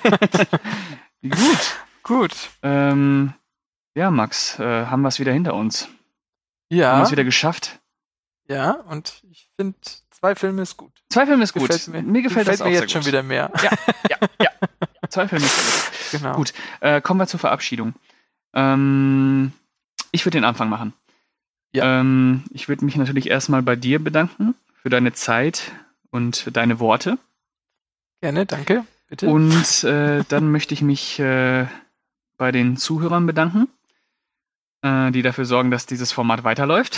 Gut. Gut. Ähm, ja, Max, äh, haben wir es wieder hinter uns. Ja. Haben wir es wieder geschafft. Ja, und ich finde, zwei Filme ist gut. Zwei Filme ist gut. Gefällt mir, mir gefällt, gefällt das auch mir jetzt sehr schon gut. wieder mehr. Ja, ja, ja. Zwei Filme ist gut. Genau. Gut, äh, kommen wir zur Verabschiedung. Ähm, ich würde den Anfang machen. Ja. Ähm, ich würde mich natürlich erstmal bei dir bedanken für deine Zeit und deine Worte. Gerne, danke. Bitte. Und äh, dann möchte ich mich äh, bei den Zuhörern bedanken, äh, die dafür sorgen, dass dieses Format weiterläuft.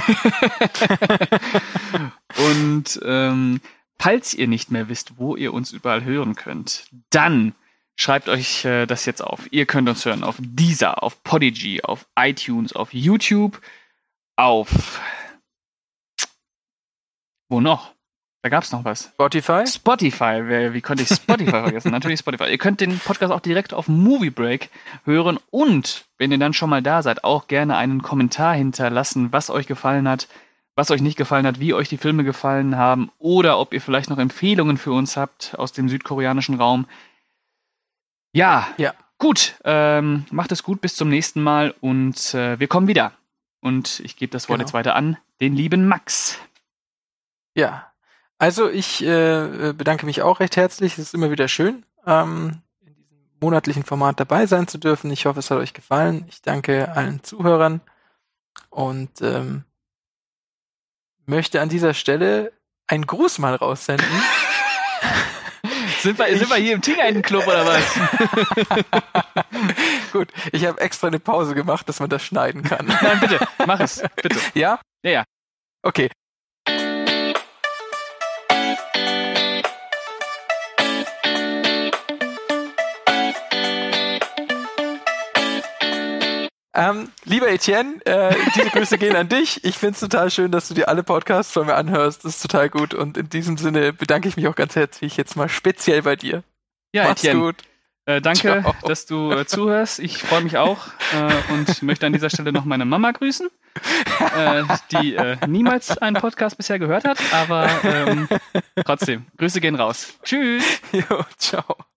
Und ähm, falls ihr nicht mehr wisst, wo ihr uns überall hören könnt, dann schreibt euch äh, das jetzt auf. Ihr könnt uns hören auf Deezer, auf Podigy, auf iTunes, auf YouTube, auf... Wo noch? Da gab's noch was. Spotify? Spotify. Wie, wie konnte ich Spotify vergessen? Natürlich Spotify. Ihr könnt den Podcast auch direkt auf Movie Break hören und, wenn ihr dann schon mal da seid, auch gerne einen Kommentar hinterlassen, was euch gefallen hat, was euch nicht gefallen hat, wie euch die Filme gefallen haben oder ob ihr vielleicht noch Empfehlungen für uns habt aus dem südkoreanischen Raum. Ja, ja. Gut. Ähm, macht es gut, bis zum nächsten Mal und äh, wir kommen wieder. Und ich gebe das Wort Genau. jetzt weiter an den lieben Max. Ja, also ich äh, bedanke mich auch recht herzlich. Es ist immer wieder schön, ähm, in diesem monatlichen Format dabei sein zu dürfen. Ich hoffe, es hat euch gefallen. Ich danke allen Zuhörern und ähm, möchte an dieser Stelle einen Gruß mal raussenden. sind, wir, sind wir hier im Teenager-Club oder was? Gut, ich habe extra eine Pause gemacht, dass man das schneiden kann. Nein, bitte, mach es, bitte. Ja? Ja, ja. Okay. Ähm, lieber Etienne, äh, diese Grüße gehen an dich. Ich find's total schön, dass du dir alle Podcasts von mir anhörst. Das ist total gut. Und in diesem Sinne bedanke ich mich auch ganz herzlich jetzt mal speziell bei dir. Ja, Mach's Etienne. gut. Äh, danke, Ciao. dass du äh, zuhörst. Ich freue mich auch äh, und möchte an dieser Stelle noch meine Mama grüßen, äh, die äh, niemals einen Podcast bisher gehört hat, aber ähm, trotzdem, Grüße gehen raus. Tschüss. Jo, ciao.